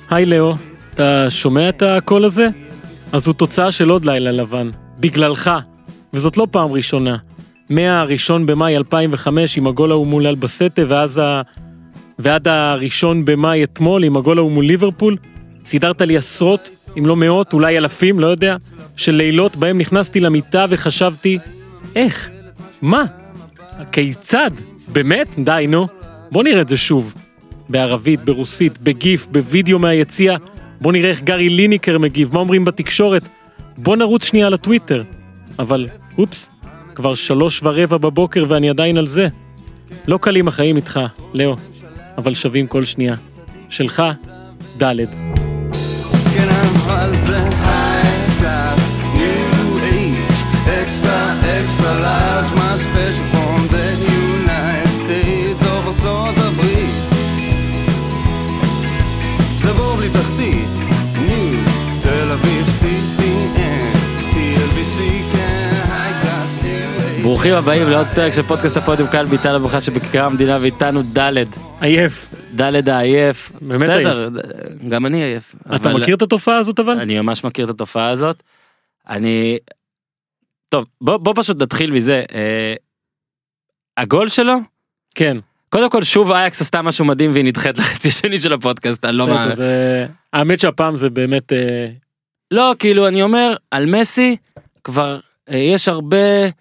היי לאו, אתה שומע את הקול הזה? אז זו תוצאה של עוד לילה לבן, בגללך, וזאת לא פעם ראשונה. מהראשון במאי 2005 עם הגול ההוא מול אלבסטה, ועד הראשון במאי אתמול עם הגול ההוא מול ליברפול, סידרת לי עשרות, אם לא מאות, אולי אלפים, לא יודע, של לילות בהם נכנסתי למיטה וחשבתי, איך? מה? כיצד? באמת? די, נו. בוא נראה את זה שוב. בערבית, ברוסית, בגיף, בווידאו מהיציאה. בוא נראה איך גרי ליניקר מגיב, מה אומרים בתקשורת. בוא נרוץ שנייה לטוויטר. אבל, אופס, כבר 3:15 בבוקר ואני עדיין על זה. לא קלים החיים איתך, לאו, אבל שווים כל שנייה. שלך, ד'. כן, אבל זה high class, new age, extra, extra large, my special from the United States of ארצות הברית. זה בור בלי תחתית, new, תל אביב, CPN, TLBC, כן, high class, new age. ברוכים הבאים לעוד פרק של פודקאסט הפודיום כאן ביתן הברכה שבכיכר המדינה, ואיתנו ד' עייף. ד' העייף. באמת בסדר, גם אני עייף. אתה מכיר את התופעה הזאת אבל? אני ממש מכיר את התופעה הזאת. טוב, בוא פשוט נתחיל מזה. הגול שלו? כן. קודם כל שוב אייקס עשתה משהו מדהים והיא נדחית לחצי השני של הפודקאסט. אני לא מאמין. האמת שהפעם זה באמת... לא, כאילו אני אומר, על מסי כבר יש הרבה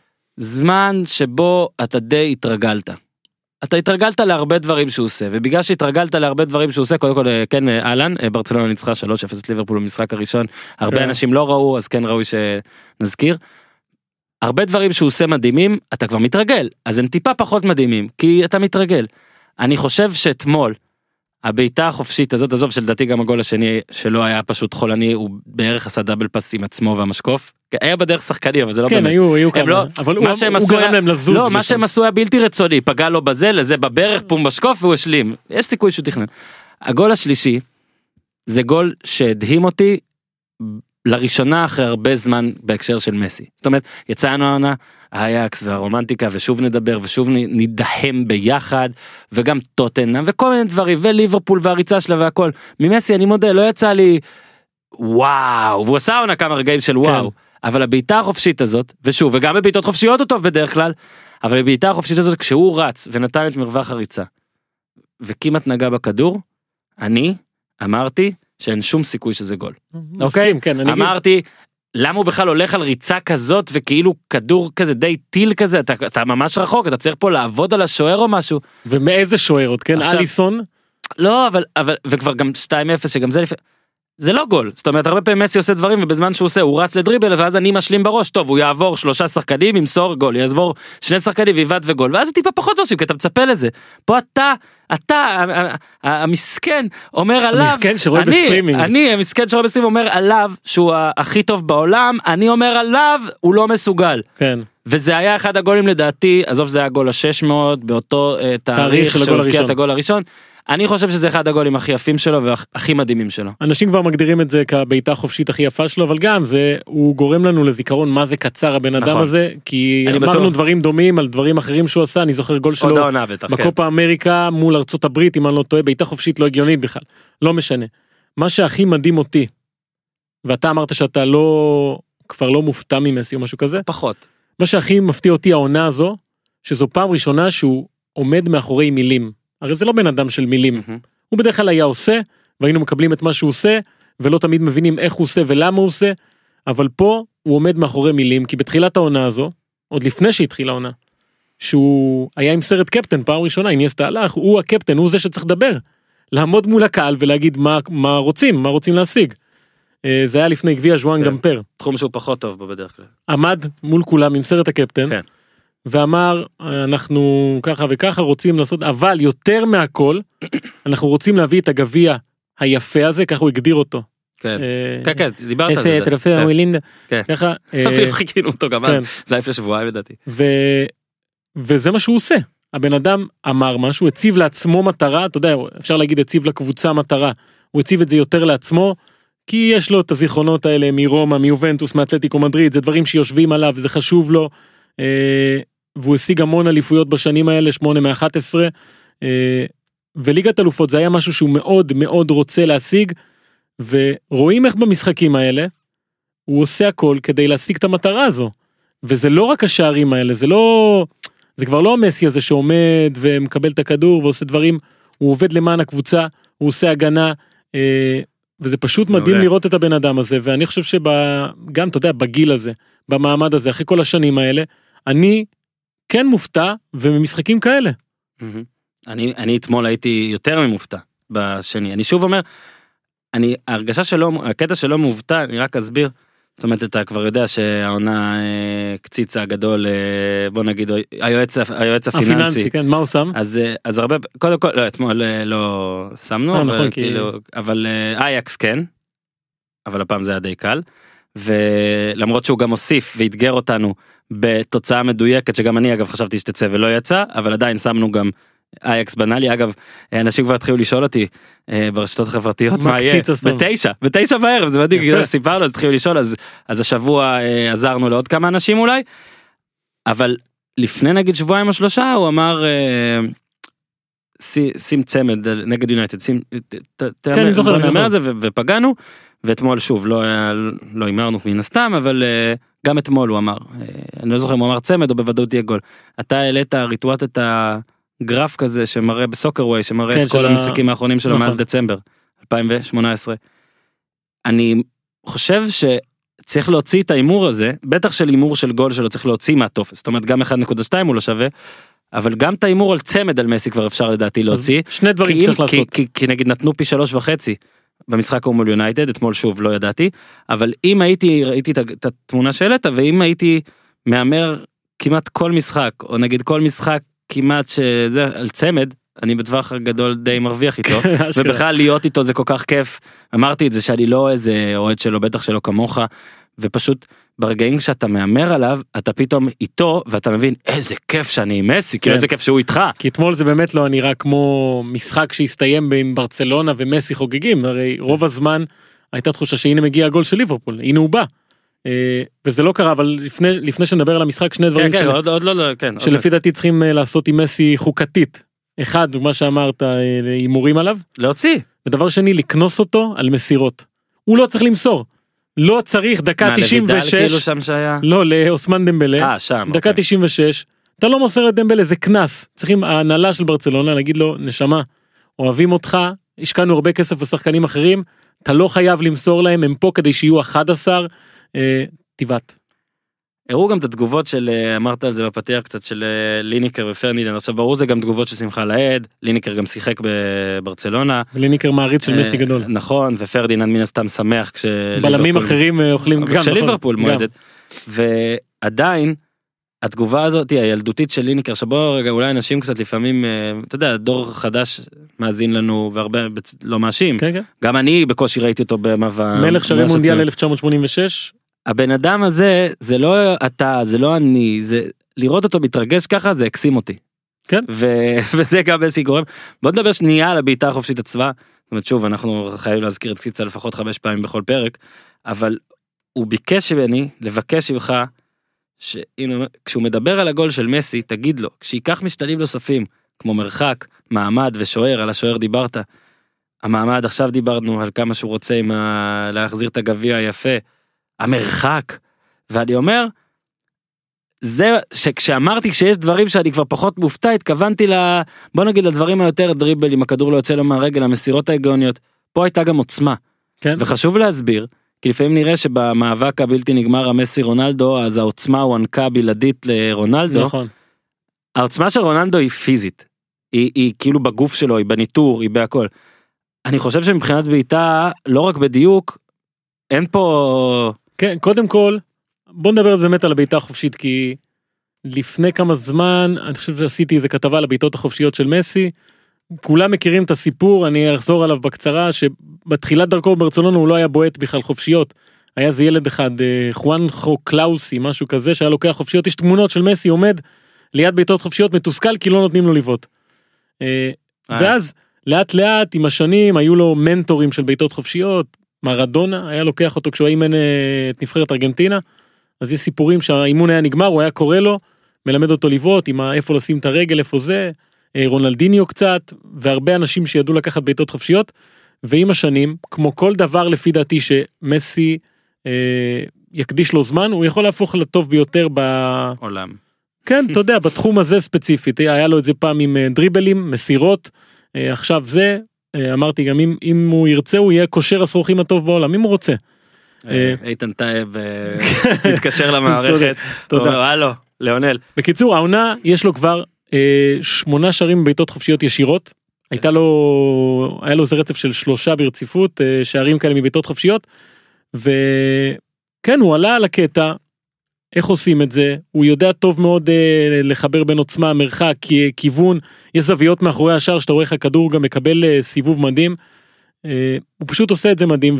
זמן שבו אתה די התרגלת. אתה התרגלת להרבה דברים שהוא עושה, ובגלל שהתרגלת להרבה דברים שהוא עושה, קודם כל, כן, אלן, ברצלונה ניצחה 3-0 את ליברפול במשחק הראשון, הרבה אנשים לא ראו, אז כן ראוי שנזכיר. הרבה דברים שהוא עושה מדהימים, אתה כבר מתרגל, אז הם טיפה פחות מדהימים, כי אתה מתרגל. אני חושב שאתמול, הביתה החופשית הזאת, עזוב שלדעתי גם הגול השני שלו היה פשוט חולני, הוא בערך עשה דאבל פס עם עצמו והמשקוף, היה בדרך שחקני, אבל זה לא כן, באמת. היו כמה, אבל הוא גרם להם לזוז. לא, מה שהם עשו היה בלתי רצוני, פגע לו בזה, לזה בברך, פום בשקוף, והוא השלים. יש סיכוי שהוא תכנן. הגול השלישי, זה גול שהדהים אותי, לראשונה אחרי הרבה זמן בהקשר של מסי. זאת אומרת, יצאנו העונה, האייקס והרומנטיקה, ושוב נדבר, ושוב נדהם ביחד, וגם טוטנהאם, וכל מיני דברים, וליברפול והריצה שלה והכל. ממסי, אני מודה, לא יצא לי, וואו, והוא עשה עונה כמה רגעים של וואו, אבל הבעיטה החופשית הזאת, ושוב, וגם בבעיטות חופשיות הוא טוב בדרך כלל, אבל הבעיטה החופשית הזאת, כשהוא רץ, ונתן את מרווח הריצה, וכמעט נגע בכדור, אני אמרתי, שאין שום סיכוי שזה גול. אוקיי? אמרתי, למה הוא בכלל הולך על ריצה כזאת, וכאילו כדור כזה די טיל כזה, אתה ממש רחוק, אתה צריך פה לעבוד על השוער או משהו. ומאיזה שוער עוד, כן? אליסון? לא, אבל, וכבר גם 2-0, שגם זה לפעמים, זה לא גול. זאת אומרת, הרבה פעמים מסי עושה דברים, ובזמן שהוא עושה, הוא רץ לדריבל, ואז אני משלים בראש, טוב, הוא יעבור 3 שחקנים, ימסור גול, יעבור 2 שחקנים, ויבד וגול, ואז זה טיפה פחות משהו, כי אתה מצפה לזה. פה אתה, המסכן, אומר עליו, המסכן שרואה בסטרימינג. אני, המסכן שרואה בסטרימינג, אומר עליו, שהוא הכי טוב בעולם, אני אומר עליו, הוא לא מסוגל. כן. וזה היה אחד הגולים לדעתי, עזוב זה היה הגול ה-600, באותו תאריך שהוא הבקיע את הגול הראשון, אני חושב שזה אחד הגולים הכי יפים שלו והכי מדהימים שלו. אנשים כבר מגדירים את זה כבעיטה החופשית הכי יפה שלו, אבל גם זה, הוא גורם לנו לזיכרון מה זה קצר הבן אדם הזה, כי אמרנו דברים דומים על דברים אחרים שהוא עשה, אני זוכר גול שלו בקופה אמריקה מול ארצות הברית, אם אני לא טועה, בעיטה חופשית לא הגיונית בכלל, לא משנה. מה שהכי מדהים אותי, ואתה אמרת שאתה כבר לא מופתע ממסי או משהו כזה, פחות. מה שהכי מפתיע אותי העונה הזו, שזו פעם ראשונה שהוא עומד מאחורי מילים. הרי זה לא בן אדם של מילים. הוא בדרך כלל היה עושה, והיינו מקבלים את מה שהוא עושה, ולא תמיד מבינים איך הוא עושה ולמה הוא עושה, אבל פה הוא עומד מאחורי מילים, כי בתחילת העונה הזו, עוד לפני שהתחילה העונה, שהוא היה עם סרט קפטן פעם ראשונה, איניאסטה הלך, הוא הקפטן, הוא זה שצריך לדבר, לעמוד מול הקהל ולהגיד מה רוצים להשיג. זה היה לפני גביע ז'ואן גמפר. תחום שהוא פחות טוב בו בדרך כלל. עמד מול כולם עם סרט הקפטן, כן. ואמר, אנחנו ככה וככה רוצים לעשות, אבל יותר מהכל, אנחנו רוצים להביא את הגביע היפה הזה, ככה הוא הגדיר אותו. כן, כן, דיברת על זה. איזה טרפיה מוילינדה. ככה. אפילו חיכינו אותו גם אז, זה היה לפני שבועיים לדעתי. וזה מה שהוא עושה. הבן אדם אמר משהו, הציב לעצמו מטרה, אתה יודע, אפשר להגיד הציב לקבוצה מטרה, הוא הציב את זה יותר לעצמו, כי יש לו את הזיכרונות האלה מרומא, מיובנטוס, מאתלטיקו מדריד, זה דברים שיושבים עליו, זה חשוב לו, והוא השיג המון אליפויות בשנים האלה, 8 מ-11, וליגת אלופות זה היה משהו שהוא מאוד מאוד רוצה להשיג, ורואים איך במשחקים האלה, הוא עושה הכל כדי להשיג את המטרה הזו, וזה לא רק השערים האלה, זה כבר לא המסי הזה שעומד ומקבל את הכדור ועושה דברים, הוא עובד למען הקבוצה, הוא עושה הגנה, וזה פשוט מדהים לראות את הבן אדם הזה, ואני חושב שגם, אתה יודע, בגיל הזה, במעמד הזה, אחרי כל השנים האלה, אני כן מופתע, וממשחקים כאלה. אני אתמול הייתי יותר ממופתע בשני, אני שוב אומר, ההרגשה שלו, הקטע שלו מופתע, אני רק אסביר, זאת אומרת, אתה כבר יודע שהעונה קציצה הגדול, בוא נגיד, היועץ הפיננסי. כן, מה הוא שם? אז הרבה, קודם כל, לא, אתמול לא שמנו, אבל אייקס כן, אבל הפעם זה היה די קל, ולמרות שהוא גם הוסיף והתגר אותנו בתוצאה מדויקת, שגם אני אגב חשבתי שתצא ולא יצא, אבל עדיין שמנו גם אייקס בנאלי, אגב, אנשים כבר התחילו לשאול אותי ברשתות החברתיות, מה יהיה? בתשע בערב, זה מדהים, סיפרנו, התחילו לשאול, אז השבוע עזרנו לעוד כמה אנשים אולי, אבל לפני נגיד שבועיים או שלושה, הוא אמר, שים צמד נגד יונייטד, נאמר את זה, ופגענו, ואתמול שוב, לא אמרנו מן הסתם, אבל גם אתמול הוא אמר, אני לא זוכר אם הוא אמר צמד, או בוודאות יהיה גול. אתה העלית ריטואט את גרף כזה שמראה בסוקרווי, שמראה את כל המשחקים האחרונים שלו מאז דצמבר 2018. אני חושב שצריך להוציא את האימור הזה, בטח של אימור של גול שלו צריך להוציא מהטופס, זאת אומרת גם 1.2 הוא לא שווה, אבל גם את האימור על צמד על מסי כבר אפשר לדעתי להוציא. שני דברים צריך לעשות. כי נגיד נתנו פי 3.5 במשחק מול יונייטד, אתמול שוב לא ידעתי, אבל אם ראיתי את התמונה שהעלית, ואם הייתי מאמר כמעט כל משחק, או נגיד כל משחק כמעט שזה על צמד, אני בטווח הגדול די מרוויח איתו, ובכלל להיות איתו זה כל כך כיף, אמרתי את זה שאני לא איזה אוהד שלו, בטח שלו כמוך, ופשוט ברגעים שאתה מאמר עליו, אתה פתאום איתו, ואתה מבין איזה כיף שאני עם מסי, כאילו איזה כיף שהוא איתך. כי אתמול זה באמת לא נראה כמו משחק שהסתיים בין ברצלונה ומסי חוגגים, הרי רוב הזמן הייתה תחושה שהנה מגיע הגול של ליברפול, הנה הוא בא. וזה לא קרה, אבל לפני שנדבר על המשחק, שני דברים שלפי דעתי צריכים לעשות עם מסי חוקתית. אחד, מה שאמרת, הימורים עליו. להוציא. ודבר שני, לקנוס אותו על מסירות. הוא לא צריך למסור. לא צריך, דקה 96. כאילו שם שהיה? לא, לאוסמן דמבלה. שם. דקה 96. אתה לא מוסר את דמבלה, זה קנס. צריכים, ההנהלה של ברצלונה, להגיד לו, נשמה, אוהבים אותך, השקענו הרבה כסף ושחקנים אחרים, אתה לא חייב למסור להם, הם פה כדי שיהיו 11, טבעת. הראו גם את התגובות של, אמרת על זה בפתיח קצת, של ליניקר ופרנינד, עכשיו ברור זה גם תגובות של שמחה לאיד, ליניקר גם שיחק בברצלונה. ליניקר מעריץ של מסי גדול. נכון, ופרדיננד מן הסתם שמח בלמים אחרים אוכלים גם. כשליברפול מועדת. ועדיין, התגובה הזאת היא הילדותית של ליניקר, שבו רגע אולי אנשים קצת לפעמים, אתה יודע, דור חדש מאזין לנו, והרבה לא מאשים. גם אני בקושי ראיתי אותו מלך שערי מונדיאל 1986. הבן אדם הזה, זה לא אתה, זה לא אני, זה לראות אותו מתרגש ככה, זה הקסים אותי. כן. וזה גם איזושהי גורם. בוא נדבר שנייה על הבעיטה החופשית עצמה. זאת אומרת, שוב, אנחנו חייבים להזכיר את קציצה לפחות 5 פעמים בכל פרק, אבל הוא ביקש ממני, לבקש ממך, כשהוא מדבר על הגול של מסי, תגיד לו, כשיקח משתלים נוספים, כמו מרחק, מעמד ושוער, על השוער דיברת, המעמד, עכשיו דיברנו על כמה שהוא רוצה להחזיר את הגביע היפה, המרחק, ואני אומר, זה שכשאמרתי שיש דברים שאני כבר פחות מופתע, התכוונתי בוא נגיד לדברים היותר דריבל, אם הכדור לא יוצא לו מהרגל, המסירות ההיגיוניות, פה הייתה גם עוצמה, כן. וחשוב להסביר, כי לפעמים נראה שבמאבק הבלתי נגמר המסי רונלדו, אז העוצמה הוענקה בלעדית לרונלדו, נכון. העוצמה של רונלדו היא פיזית, היא כאילו בגוף שלו, היא בניטור, היא בהכל, אני חושב שמבחינת בעיטה, לא רק בדיוק, אין פה... כן, קודם כל, בוא נדבר באמת על הבעיטה החופשית, כי לפני כמה זמן, אני חושב שעשיתי איזה כתבה על הבעיטות החופשיות של מסי, כולם מכירים את הסיפור, אני אחזור עליו בקצרה, שבתחילת דרכו בברצלונה הוא לא היה בועט בכלל חופשיות, היה איזה ילד אחד, חואנחו קלאוסי, משהו כזה, שהיה לוקח חופשיות, יש תמונות של מסי עומד ליד בעיטות חופשיות, מתוסכל כי לא נותנים לו לבעוט. ואז, לאט לאט, עם השנים, היו לו מנטורים של בעיטות חופשיות, מרדונה היה לוקח אותו כשהוא אימן את נבחרת ארגנטינה, אז יש סיפורים שהאימון היה נגמר, הוא היה קורא לו, מלמד אותו לבעוט, עם איפה לשים את הרגל, איפה זה, רונלדיניו קצת, והרבה אנשים שידעו לקחת בעיטות חופשיות, ועם השנים, כמו כל דבר לפי דעתי שמסי יקדיש לו זמן, הוא יכול להפוך לטוב ביותר עולם. כן, אתה יודע, בתחום הזה ספציפית, היה לו את זה פעם עם דריבלים, מסירות, עכשיו זה, אמרתי גם אם הוא ירצה, הוא יהיה כושר הסרוכים הטוב בעולם, אם הוא רוצה. איתן טייב מתקשר למערכת, תודה. הלו, ליאונל. בקיצור, העונה יש לו כבר 8 שערים בבעיטות חופשיות ישירות, היה לו זה רצף של 3 ברציפות, שערים כאלה מבעיטות חופשיות, וכן, הוא עלה על הקטע, איך עושים את זה, הוא יודע טוב מאוד לחבר בין עוצמה, מרחק, כיוון, יש זוויות מאחורי השאר, שאתה רואה איך הכדור גם מקבל סיבוב מדהים, הוא פשוט עושה את זה מדהים,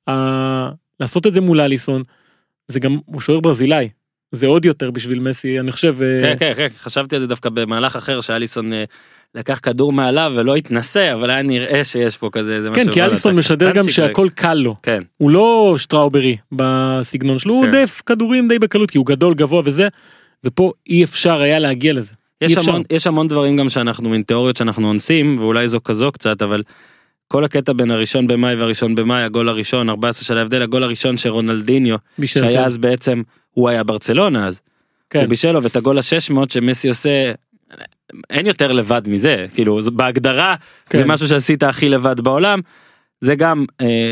ולעשות את זה מול אליסון, זה גם, הוא שוער ברזילאי, זה עוד יותר בשביל מסי, אני חושב... כן, חשבתי על זה דווקא במהלך אחר, שאליסון לקח כדור מעליו ולא התנסה, אבל היה נראה שיש פה כזה, כן, כי אליסון משדר גם שהכל קל לו, הוא לא שטראוברי בסגנון שלו, הוא עודף כדורים די בקלות, כי הוא גדול, גבוה וזה, ופה אי אפשר היה להגיע לזה. יש המון דברים גם שאנחנו, מן תיאוריות שאנחנו אונסים, ואולי זו כזו קצת, אבל כל הקטע בין הראשון במאי והראשון במאי, הגול הראשון, 14 של ההבדל, הגול הראשון שרונלדיניו, שהיה אז בעצם, הוא היה ברצלונה אז, הוא בישל לו, ואת הגול ה-600 שמסי עושה, אין יותר לבד מזה, כאילו, בהגדרה, זה משהו שעשית הכי לבד בעולם, זה גם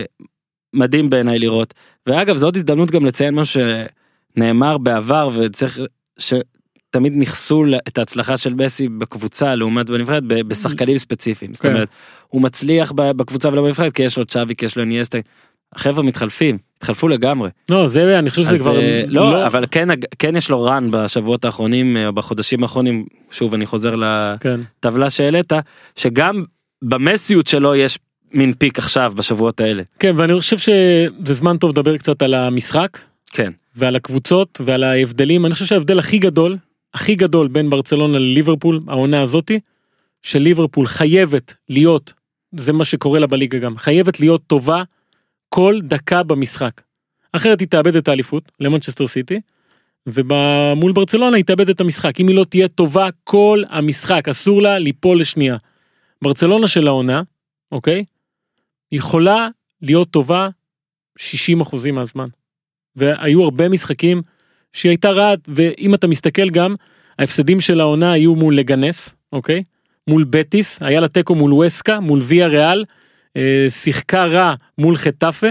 מדהים בעיניי לראות, ואגב, זו עוד הזדמנות גם לציין משהו שנאמר בעבר, וצריך שתמיד נכסו את ההצלחה של מסי בקבוצה, לעומת בנבחרת, בשחקנים ספציפיים, זאת אומרת, הוא מצליח בקבוצה ולא בנבחרת, כי יש לו צ'אבי, כי יש לו ניאסטה, החבר'ה מתחלפים, התחלפו לגמרי. לא, זה, אני חושב שזה כבר... לא, אבל כן יש לו רן בשבועות האחרונים, או בחודשים האחרונים, שוב אני חוזר לטבלה שהעלית, שגם במסיות שלו יש מין פיק עכשיו בשבועות האלה. כן, ואני חושב שזה זמן טוב לדבר קצת על המשחק, כן. ועל הקבוצות, ועל ההבדלים. אני חושב שההבדל הכי גדול בין ברצלונה לליברפול, העונה הזאתי, שליברפול חייבת להיות, זה מה שקורה לה בליגה גם, חייבת להיות טובה כל דקה במשחק. אחרת היא תאבד את האליפות, למנצ'סטר סיטי, ומול ברצלונה היא תאבד את המשחק. אם היא לא תהיה טובה כל המשחק, אסור לה ליפול לשנייה. ברצלונה של העונה, אוקיי? יכולה להיות טובה 60% מהזמן. והיו הרבה משחקים שהיא הייתה רעת, ואם אתה מסתכל גם, ההפסדים של העונה היו מול לגנס, אוקיי? מול בטיס, היה לה טקו מול וסקה, מול ויה ריאל, שיחקה רע מול חטאפה,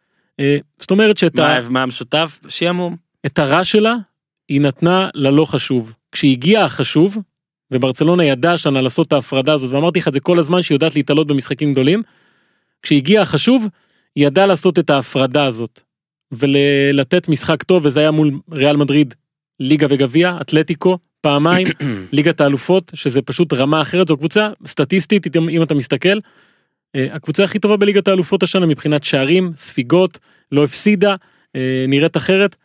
זאת אומרת מה המשותף? שיעמום. את הרע שלה, היא נתנה ללא חשוב. כשהגיע החשוב, וברצלונה ידעה שנה לעשות את ההפרדה הזאת, ואמרתי לך את זה כל הזמן, שהיא יודעת להתעלות במשחקים גדולים, כשהגיע החשוב, היא ידעה לעשות את ההפרדה הזאת, ולתת משחק טוב, וזה היה מול ריאל מדריד, ליגה וגביע, אתלטיקו, פעמיים, ליגת האלופות, שזה פשוט רמה אחרת, זו קבוצה סטטיסטית, אם אתה מסתכל, הקבוצה הכי טובה בליגת האלופות השנה, מבחינת שערים, ספיגות, לא הפסידה, נראית אחרת,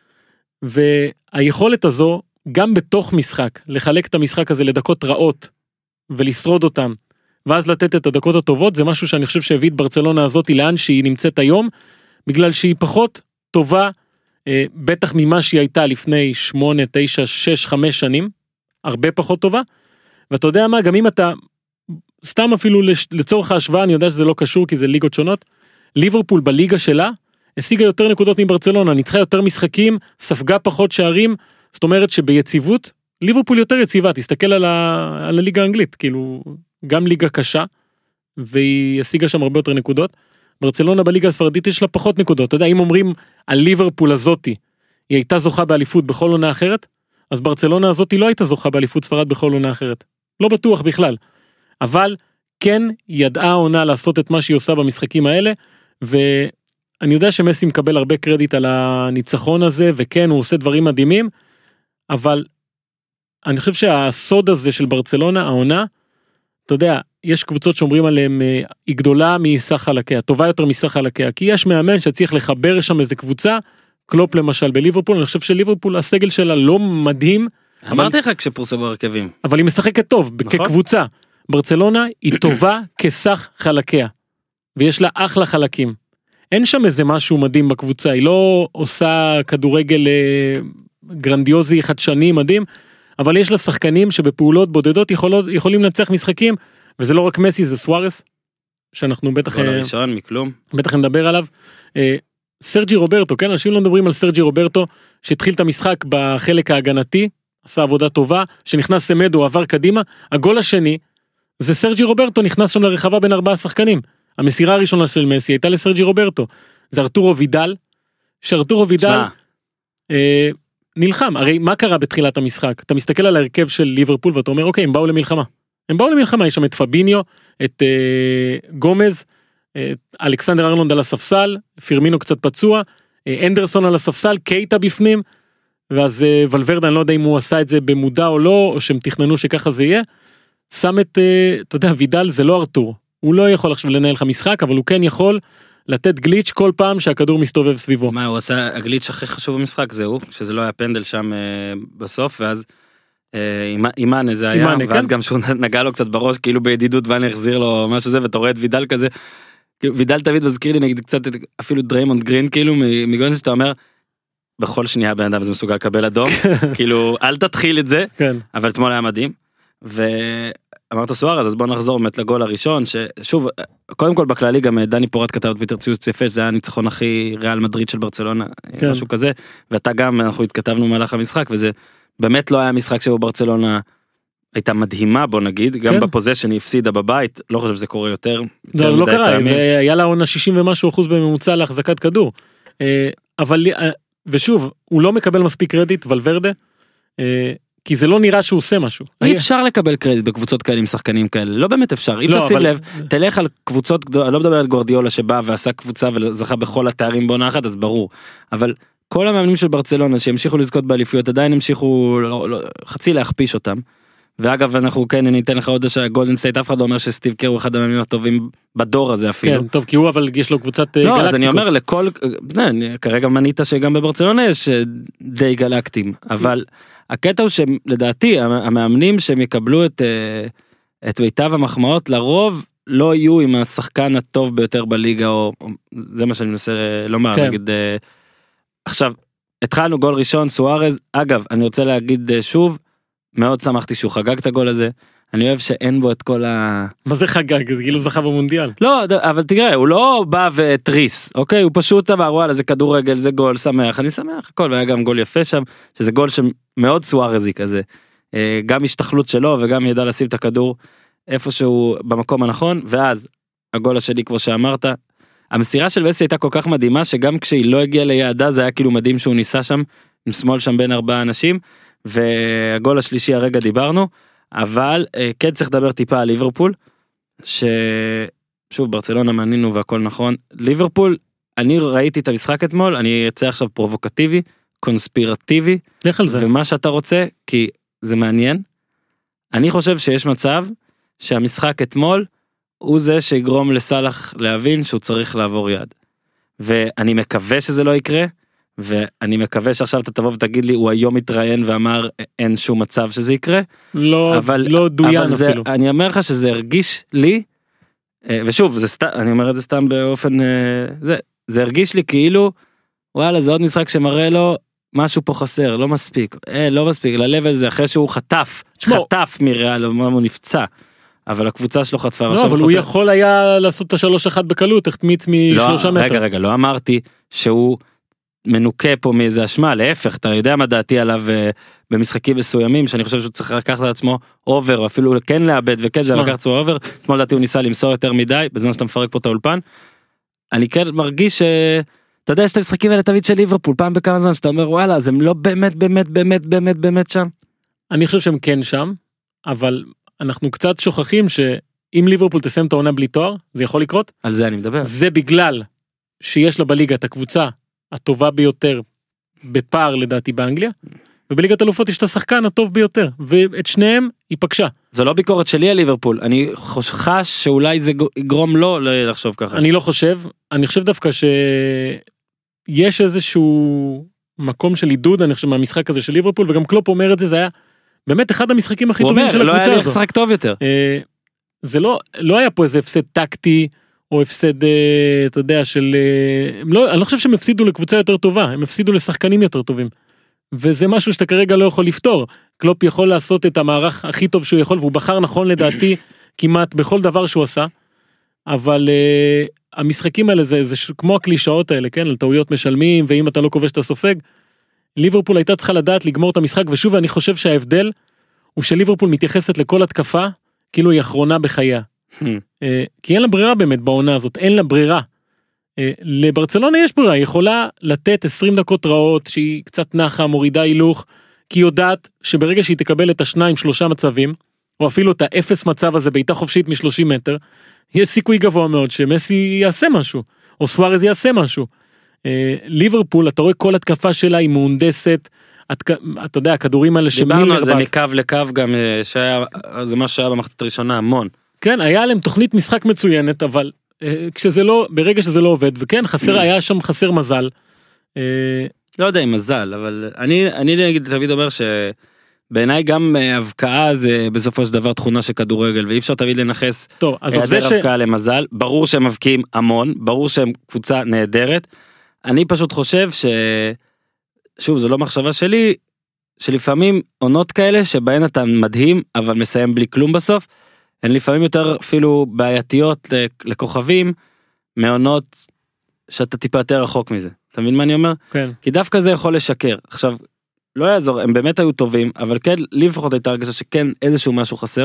והיכולת הזו, גם בתוך משחק, לחלק את המשחק הזה לדקות רעות, ולשרוד אותם, ואז לתת את הדקות הטובות, זה משהו שאני חושב שהביא את ברצלונה הזאת לאן שהיא נמצאת היום, בגלל שהיא פחות טובה, בטח ממה שהיא הייתה לפני 8, 9, 6, 5 שנים, הרבה פחות טובה, ואתה יודע מה, גם אם אתה, סתם אפילו לצורך ההשוואה, אני יודע שזה לא קשור כי זה ליגות שונות, ליברפול בליגה שלה, השיגה יותר נקודות מברצלונה, ניצחה יותר משחקים, ספגה פחות שערים, זאת אומרת שביציבות, ליברפול יותר יציבה, תסתכל על הליגה האנגלית, כאילו, גם ליגה קשה, והיא השיגה שם הרבה יותר נקודות, ברצלונה בליגה הספרדית יש לה פחות נקודות, אתה יודע, אם אומרים על ליברפול הזאתי, היא הייתה זוכה באליפות בכל עונה אחרת, אז ברצלונה הזאתי לא הייתה זוכה באליפות ספרד בכל עונה אחרת, לא בטוח בכלל, אבל כן ידעה העונה לעשות את מה שהיא עושה במשחקים האלה, ואני יודע שמסי מקבל הרבה קרדיט על הניצחון הזה, וכן הוא עושה דברים מדהימים, אבל אני חושב שהסוד הזה של ברצלונה, העונה, אתה יודע, יש קבוצות שאומרים עליהם, היא גדולה מסך חלקיה, טובה יותר מסך חלקיה, כי יש מאמן שצריך לחבר שם איזה קבוצה, קלופ למשל בליברפול, אני חושב שליברפול הסגל שלה לא מדהים. אמרתי לך כשפורסמו הרכבים. אבל היא משחקת טוב, כקבוצה. ברצלונה היא טובה כסך חלקיה, ויש לה אחלה חלקים. אין שם איזה משהו מדהים בקבוצה, היא לא עושה כדורגל גרנדיוזי, חדשני, מדהים, אבל יש לה שחקנים שבפעולות בודדות יכולים לנצח משחקים, וזה לא רק מסי, זה סוארס, שאנחנו בטח... גול הראשון, מכלום. בטח נדבר עליו. סרג'י רוברטו, כן? אנשים לא מדברים על סרג'י רוברטו, שהתחיל את המשחק בחלק ההגנתי, עשה עבודה טובה, שנכנס סמדו, עבר קדימה. הגול השני, זה סרג'י רוברטו, נכנס שם לרחבה בין 4 שחקנים. המסירה הראשונה של מסי הייתה לסרג'י רוברטו. זה ארתורו וידל, שארתורו וידל נלחם. הרי מה קרה בתחילת המשחק? אתה מסתכל על ההרכב של ליברפול ואתה אומר, אוקיי, הם באו למלחמה. הם באו למלחמה, יש שם את פביניו, את גומז, אלכסנדר ארנולד על הספסל, פירמינו קצת פצוע, אנדרסון על הספסל, קייטה בפנים, ואז ולוורדה, אני לא יודע אם הוא עשה את זה במודע או לא, או שהם תכננו שככה זה יהיה, שם את, אתה יודע, וידל זה לא ארתור, הוא לא יכול עכשיו לנהל לך משחק, אבל הוא כן יכול לתת גליץ' כל פעם שהכדור מסתובב סביבו. מה, הוא עשה, הגליץ' הכי חשוב במשחק זהו, שזה לא היה פנדל שם בסוף, ואז אימאנה זה היה, ואז גם שהוא נגע לו קצת בראש, כאילו בידידות ואני החזיר לו משהו זה, ואתה רואה את וידל כזה, וידל תמיד מזכיר לי נגיד קצת אפילו דריימונד גרין כאילו מגונן שאתה אומר בכל שנייה בן אדם זה מסוגל לקבל אדום כאילו אל תתחיל את זה אבל אתמול היה מדהים ואמרת סוארז אז בוא נחזור באמת לגול הראשון ששוב קודם כל בכללי גם דני פורט כתב בטוויטר ציוץ יפה זה היה הניצחון הכי ריאל מדריד של ברצלונה משהו כזה ואתה גם אנחנו התכתבנו במהלך המשחק וזה באמת לא היה משחק שבו ברצלונה הייתה מדהימה בוא נגיד, גם בפוזיישן היא הפסידה בבית, לא חושב שזה קורה יותר. זה לא קרה, זה היה לה עונה 60 ומשהו אחוז בממוצע להחזקת כדור. אבל, ושוב, הוא לא מקבל מספיק קרדיט, ולוורדה, כי זה לא נראה שהוא עושה משהו. אי אפשר לקבל קרדיט בקבוצות כאלה עם שחקנים כאלה, לא באמת אפשר. אם תשים לב, תלך על קבוצות גדולות, אני לא מדבר על גורדיולה שבא ועשה קבוצה וזכה בכל התארים בעונה אחת, אז ברור. אבל כל המאמנים של ברצלונה שהמשיכו לזכות באליפויות, עדיין המשיכו חצי להכפיש אותם. ואגב אנחנו כן ניתן לך עוד שהגולדן סטייט אף אחד לא אומר שסטיב קר הוא אחד המאמנים הטובים בדור הזה אפילו. כן, טוב כי הוא אבל יש לו קבוצת גלקטיקוס. לא, אז אני אומר לכל, כרגע מנית שגם בברצלונה יש די גלקטים, אבל הקטע הוא שלדעתי המאמנים שהם יקבלו את מיטב המחמאות לרוב לא יהיו עם השחקן הטוב ביותר בליגה, או זה מה שאני מנסה לומר, נגיד, עכשיו, התחלנו גול ראשון, סוארז, אגב, אני רוצה להגיד שוב, מאוד שמחתי שהוא חגג את הגול הזה, אני אוהב שאין בו את כל מה זה חגג? זה כאילו זכה במונדיאל. לא, אבל תראה, הוא לא בא וטריס, אוקיי? הוא פשוט אמר, וואלה, זה כדורגל, זה גול, שמח, אני שמח, הכל, והיה גם גול יפה שם, שזה גול שמאוד סוארזי כזה, גם השתחלות שלו, וגם ידע לשים את הכדור איפשהו במקום הנכון, ואז, הגול השני, כמו שאמרת, המסירה של מסי הייתה כל כך מדהימה, שגם כשהיא לא הגיעה ליעדה, זה היה כאילו מדהים שהוא ניסה שם, עם שמאל שם בין 4 אנשים, והגול השלישי הרגע דיברנו, אבל כן צריך לדבר טיפה על ליברפול, ששוב ברצלונה מענינו והכל נכון, ליברפול, אני ראיתי את המשחק אתמול, אני אצא עכשיו פרובוקטיבי, קונספירטיבי, לך על זה. ומה שאתה רוצה, כי זה מעניין, אני חושב שיש מצב, שהמשחק אתמול, הוא זה שיגרום לסלח להבין שהוא צריך לעבור יד, ואני מקווה שזה לא יקרה, ואני מקווה שעכשיו אתה תבוא ותגיד לי, הוא היום התראיין ואמר, אין שום מצב שזה יקרה. לא, לא דויין אפילו. אני אומר לך שזה הרגיש לי, ושוב, אני אומר את זה סתם באופן, זה הרגיש לי כאילו, וואלה, זה עוד משחק שמראה לו, משהו פה חסר, לא מספיק, לא מספיק, ללבל זה אחרי שהוא חטף מריאל, הוא נפצע, אבל הקבוצה שלו חטפה. לא, אבל הוא יכול היה לעשות את ה3-1 בקלות, החמיץ מ3 מטר. רגע, לא אמרתי שהוא מנוקה פה מאיזה אשמה, להפך, אתה יודע מה דעתי עליו במשחקים מסוימים, שאני חושב שהוא צריך לקחת לעצמו אובר, או אפילו כן לאבד, וכן זה לקחת לעצמו אובר, אתמול דעתי הוא ניסה למסור יותר מדי, בזמן שאתה מפרק פה את האולפן, אני כן מרגיש אתה יודע, יש את המשחקים האלה תמיד של ליברפול, פעם בכמה זמן שאתה אומר, וואלה, אז הם לא באמת שם. אני חושב שהם כן שם, אבל אנחנו קצת שוכחים שאם ליברפול תסיים את העונה בלי תואר, זה יכול לקרות. על זה אני מדבר. זה בגלל שיש לה בליגה את הקבוצה הטובה ביותר בפער לדעתי באנגליה, ובליגת אלופות יש את השחקן הטוב ביותר, ואת שניהם היא פגשה. זו לא ביקורת שלי על ליברפול, אני חש שאולי זה יגרום לו לחשוב ככה. אני לא חושב, אני חושב דווקא שיש איזשהו מקום של עידוד, אני חושב מהמשחק הזה של ליברפול, וגם קלופ אומר את זה, זה היה באמת אחד המשחקים הכי טובים של הקבוצה הזו. לא היה לי משחק טוב יותר. זה לא היה פה איזה הפסד טקטי, או הפסד, אתה יודע, אני לא חושב שהם הפסידו לקבוצה יותר טובה, הם הפסידו לשחקנים יותר טובים. וזה משהו שאתה כרגע לא יכול לפתור. קלופ יכול לעשות את המערך הכי טוב שהוא יכול, והוא בחר נכון לדעתי כמעט בכל דבר שהוא עשה. אבל המשחקים האלה זה כמו הקלישאות האלה, כן? על טעויות משלמים, ואם אתה לא כובש אתה סופג, ליברפול הייתה צריכה לדעת לגמור את המשחק, ושוב אני חושב שההבדל הוא שליברפול מתייחסת לכל התקפה, כאילו היא אחרונה בחייה. כי אין לה ברירה באמת בעונה הזאת, אין לה ברירה. לברצלונה יש ברירה, היא יכולה לתת 20 דקות רעות, שהיא קצת נחה, מורידה הילוך, כי היא יודעת שברגע שהיא תקבל את ה2-3 מצבים, או אפילו את האפס מצב הזה, בעיטה חופשית מ-30 מטר, יש סיכוי גבוה מאוד שמסי יעשה משהו, או סוארז יעשה משהו. ליברפול, אתה רואה כל התקפה שלה היא מהונדסת, אתה יודע, הכדורים האלה דיברנו על זה מקו לקו גם, זה מה שהיה במחצית הראשונה המון. כן, היה להם תוכנית משחק מצוינת, אבל כשזה לא, ברגע שזה לא עובד, וכן, היה שם חסר מזל. לא יודע אם מזל, אבל אני נגיד תמיד אומר שבעיניי גם הבקעה זה בסופו של דבר תכונה של כדורגל, ואי אפשר תמיד לנחס היעדר הבקעה למזל, ברור שהם מבקיעים המון, ברור שהם קבוצה נהדרת, אני פשוט חושב שוב, זו לא מחשבה שלי, שלפעמים עונות כאלה שבהן אתה מדהים, אבל מסיים בלי כלום בסוף, הן לפעמים יותר אפילו בעייתיות לכוכבים, מעונות שאתה טיפה יותר רחוק מזה. אתה מבין מה אני אומר? כן. כי דווקא זה יכול לשקר. עכשיו, לא יעזור, הם באמת היו טובים, אבל כן, לי לפחות הייתה הרגשה שכן איזשהו משהו חסר,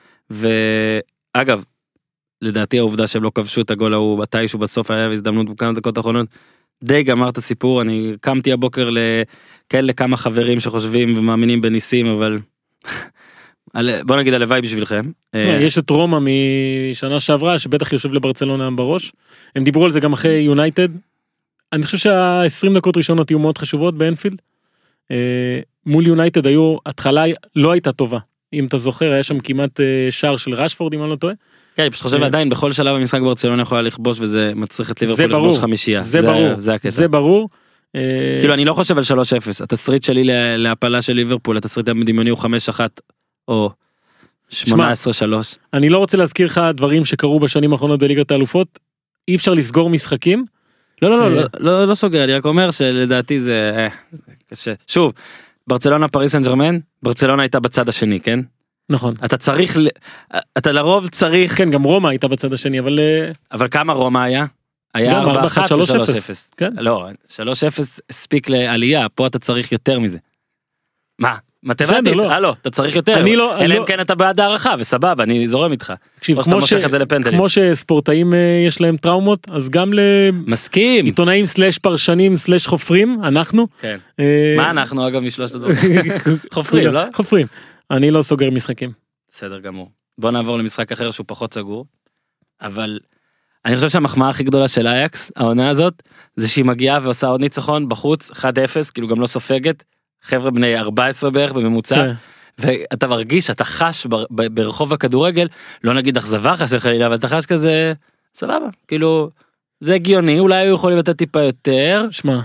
ואגב, לדעתי העובדה שהם לא כבשו את הגול ההוא מתישהו בסוף, היה הזדמנות בכמה דקות האחרונות, די גמר את הסיפור, אני קמתי הבוקר לכמה חברים שחושבים ומאמינים בניסים, אבל בוא נגיד הלוואי בשבילכם. יש את רומא משנה שעברה, שבטח יושב לברצלונה בראש, הם דיברו על זה גם אחרי יונייטד, אני חושב שה-20 דקות ראשונות יהיו מאוד חשובות באנפילד, מול יונייטד היו, התחלה לא הייתה טובה, אם אתה זוכר, היה שם כמעט שער של רשפורד, אם אני לא טועה. כן, אני פשוט חושב עדיין, בכל שלב המשחק ברצלונה יכולה לכבוש, וזה מצריך את ליברפול לכבוש חמישייה. זה ברור, זה ברור. כאילו, אני לא חושב על 3-0, התסריט שלי להפלה של ליברפול, התסריט הדמיוני הוא 5-1, או 18-3. אני לא רוצה להזכיר לך דברים שקרו בשנים האחרונות בליגת האלופות, אי אפשר לסגור משחקים. לא סוגר, אני רק אומר שלדעתי זה קשה. שוב, ברצלונה פריס סן ז'רמן, ברצלונה הייתה בצד השני, כן? נכון. אתה לרוב צריך... כן, גם רומא הייתה בצד השני, אבל כמה רומא היה? היה 4-1 ו-3-0. לא, 3-0 הספיק לעלייה, פה אתה צריך יותר מזה. מה? מתמטית? לא, אתה צריך יותר. אלא אם כן אתה בעד הערכה, וסבבה, אני זורם איתך. תקשיב, כמו שספורטאים יש להם טראומות, אז גם מסכים. עיתונאים סלש פרשנים סלש חופרים, אנחנו. כן. מה אנחנו אגב משלושת הדברים? חופרים, לא? חופרים. אני לא סוגר משחקים. בסדר גמור. בוא נעבור למשחק אחר שהוא פחות סגור, אבל אני חושב שהמחמאה הכי גדולה של אייקס, העונה הזאת, זה שהיא מגיעה ועושה עוד ניצחון בחוץ, 1-0, כאילו גם לא סופגת, חבר'ה בני 14 בערך בממוצע, ואתה מרגיש, אתה חש ברחוב הכדורגל, לא נגיד אכזבה חס וחלילה, אבל אתה חש כזה, סבבה, כאילו, זה הגיוני, אולי היו יכולים לתת טיפה יותר. שמע,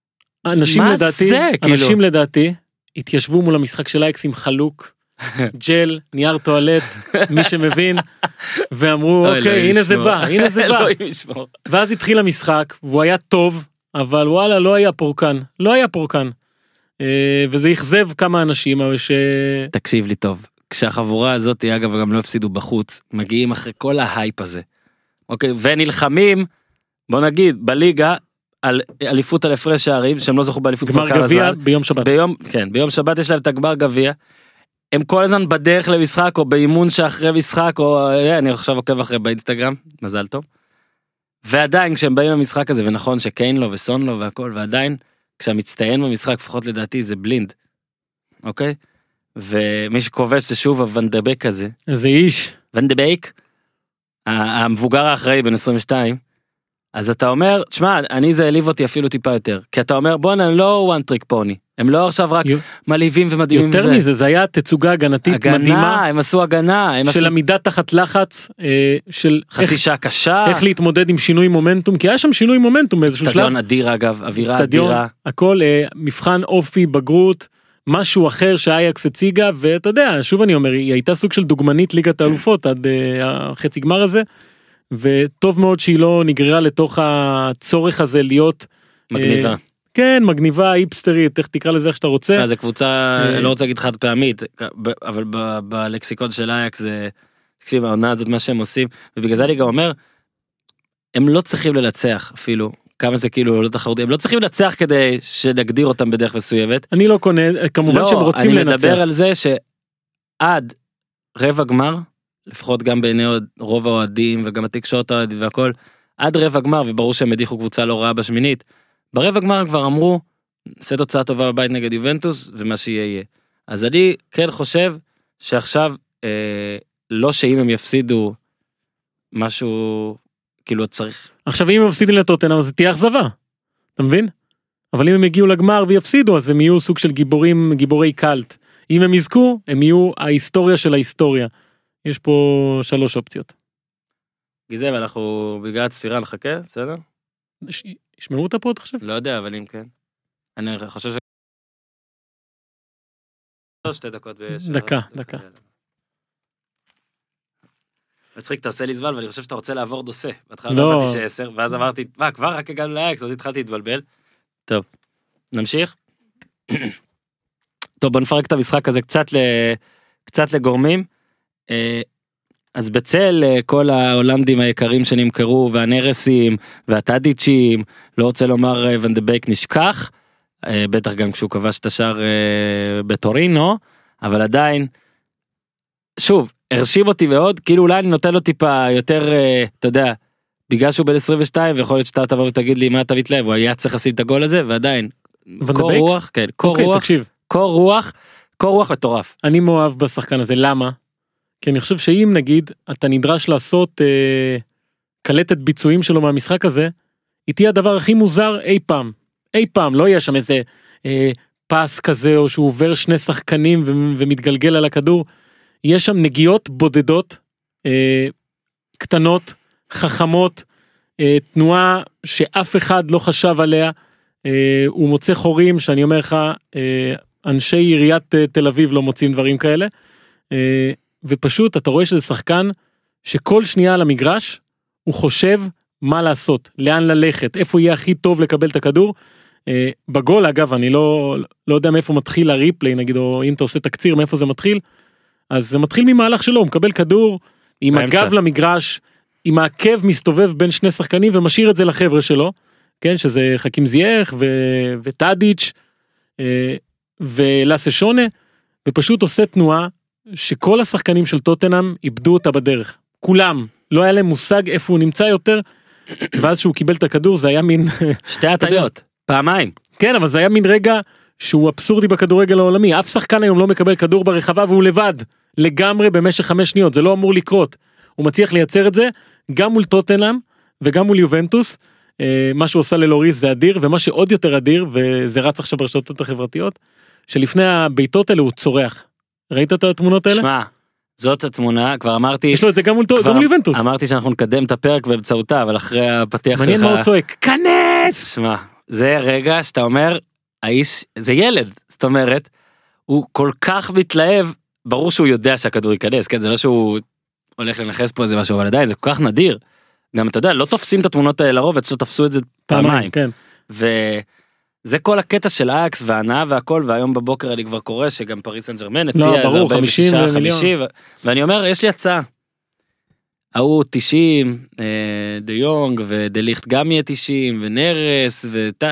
אנשים לדעתי, התיישבו מול המשחק של אייקס עם חלוק, ג'ל, נייר טואלט, מי שמבין, ואמרו, אוקיי, הנה זה בא, הנה זה בא. ואז התחיל המשחק, והוא היה טוב, אבל וואלה, לא היה פורקן. וזה יכזב כמה אנשים, תקשיב לי טוב, כשהחבורה הזאת, אגב, גם לא הפסידו בחוץ, מגיעים אחרי כל ההייפ הזה, אוקיי, ונלחמים, בוא נגיד, בליגה, על אליפות על הפרש שערים, שהם לא זכו באליפות גמר גביע ביום שבת. ביום שבת יש להם את הגמר גביע, הם כל הזמן בדרך למשחק, או באימון שאחרי משחק, או אני עכשיו עוקב אחרי באינסטגרם, מזל טוב, ועדיין כשהם באים למשחק הזה, ונכון שקיין לו וסון לו והכל, ועדיין, כשהמצטיין במשחק, לפחות לדעתי, זה בלינד, אוקיי? ומי שכובש זה שוב הוונדבק הזה. איזה איש. וונדבק, המבוגר האחראי בן 22, אז אתה אומר, תשמע, זה העליב אותי אפילו טיפה יותר, כי אתה אומר, בוא, הם לא one trick pony, הם לא עכשיו רק מלהיבים ומדהימים יותר מזה, זה היה תצוגה הגנתית מדהימה. הם עשו הגנה. של עמידה תחת לחץ, של חצי שעה קשה. איך להתמודד עם שינוי מומנטום, כי היה שם שינוי מומנטום באיזשהו שלב. סטדיון אדיר אגב, אווירה אדירה. הכל, מבחן אופי, בגרות, משהו אחר שאייקס הציגה, ואתה יודע, שוב אני אומר, היא הייתה סוג של דוגמנית ליגת האלופות עד החצי גמר הזה, וטוב מאוד שהיא לא נגררה לתוך הצורך הזה להיות מגניבה. כן, מגניבה, היפסטרית, איך תקרא לזה איך שאתה רוצה. זה קבוצה, לא רוצה להגיד חד פעמית, אבל בלקסיקון של אייקס זה, תקשיב, העונה הזאת מה שהם עושים, ובגלל זה אני גם אומר, הם לא צריכים לנצח אפילו, כמה זה כאילו לא תחרותי, הם לא צריכים לנצח כדי שנגדיר אותם בדרך מסוימת. אני לא קונה, כמובן שהם רוצים לנצח. אני מדבר על זה שעד רבע גמר, לפחות גם בעיני רוב האוהדים וגם התקשורת האוהדית והכל, עד רבע גמר, וברור שהם הדיחו קבוצה לא רעה בשמינית, ברבע גמר כבר אמרו, עשה תוצאה טובה בבית נגד יובנטוס, ומה שיהיה. אז אני כן חושב שעכשיו, לא שאם הם יפסידו משהו, כאילו צריך... עכשיו אם הם יפסידו לטוטנהאם, אז זה תהיה אכזבה, אתה מבין? אבל אם הם יגיעו לגמר ויפסידו, אז הם יהיו סוג של גיבורי קלט. אם הם יזכו, הם יהיו ההיסטוריה של ההיסטוריה. יש פה 3 אופציות. גיזם, אנחנו בגלל הצפירה נחכה, בסדר? ישמעו אותה פה עוד חושב? לא יודע, אבל אם כן. אני חושב ש... 2 דקות דקה. מצחיק, תעשה לי זמן, ואני חושב שאתה רוצה לעבור דוסה. בהתחלה לא הבנתי ש10, ואז אמרתי, כבר רק הגענו לאייקס, אז התחלתי להתבלבל. טוב, נמשיך. טוב, בוא נפרק את המשחק הזה קצת לגורמים. אז בצל כל ההולנדים היקרים שנמכרו, והנרסים, והטאדיצ'ים, לא רוצה לומר ונדבייק נשכח, בטח גם כשהוא כבש את השאר בטורינו, אבל עדיין, שוב, הרשים אותי מאוד, כאילו אולי אני נותן לו טיפה יותר, אתה יודע, בגלל שהוא בן 22, ויכול להיות שאתה תבוא ותגיד לי מה אתה מתלהב, הוא היה צריך לשים את הגול הזה, ועדיין, קור רוח, כן, קור רוח מטורף. אני מאוהב בשחקן הזה, למה? כי אני חושב שאם נגיד, אתה נדרש לעשות קלטת ביצועים שלו מהמשחק הזה, היא תהיה הדבר הכי מוזר אי פעם, לא יהיה שם איזה פס כזה, או שהוא עובר 2 שחקנים ומתגלגל על הכדור, יש שם נגיעות בודדות, קטנות, חכמות, תנועה שאף אחד לא חשב עליה, הוא מוצא חורים, שאני אומר לך, אנשי עיריית תל אביב לא מוצאים דברים כאלה, ופשוט אתה רואה שזה שחקן, שכל שנייה על המגרש, הוא חושב מה לעשות, לאן ללכת, איפה יהיה הכי טוב לקבל את הכדור, בגול אגב, אני לא יודע מאיפה מתחיל הריפלי, נגיד, או אם אתה עושה תקציר, מאיפה זה מתחיל, אז זה מתחיל ממהלך שלו, הוא מקבל כדור, עם הגב למגרש, עם העקב מסתובב בין 2 שחקנים, ומשאיר את זה לחבר'ה שלו, כן, שזה חכים זייך, וטאדיץ', ולאסה שונה, ופשוט עושה תנועה, שכל השחקנים של טוטנהאם איבדו אותה בדרך, כולם, לא היה להם מושג איפה הוא נמצא יותר, ואז שהוא קיבל את הכדור, זה היה מין... 2 הטעיות, פעמיים. כן, אבל זה היה מין רגע, שהוא אבסורדי בכדורגל העולמי, אף שחקן היום לא מקבל כדור ברחבה, והוא לבד, לגמרי במשך 5 שניות, זה לא אמור לקרות, הוא מצליח לייצר את זה, גם מול טוטנהאם, וגם מול יובנטוס, מה שהוא עושה ללוריס זה אדיר, ומה שעוד יותר אדיר, וזה רץ עכשיו ברשתות החברתיות, שלפני הביתות האלה הוא צורח, ראית את התמונות האלה? שמע, זאת התמונה, כבר אמרתי... יש לו את זה גם מול יובנטוס. אמרתי שאנחנו נקדם את הפרק באמצעותה, אבל אחרי הפתיח שלך... מעניין מה הוא צועק, כנס! שמע, זה רגע שאתה אומר, האיש, זה ילד, זאת אומרת, הוא כל כך מתלהב, ברור שהוא יודע שהכדור ייכנס, כן, זה לא שהוא הולך לנחס פה איזה משהו, אבל עדיין זה כל כך נדיר, גם אתה יודע, לא תופסים את התמונות האלה לרוב, אצלו תפסו את זה פעמיים, כן. וזה כל הקטע של אייקס וההנאה והכל, והיום בבוקר אני כבר קורא שגם פריס סן ז'רמן הציע איזה 46, 50, ואני אומר, יש לי הצעה, ההוא 90, דה יונג ודה ליכט גם יהיה 90, ונרס,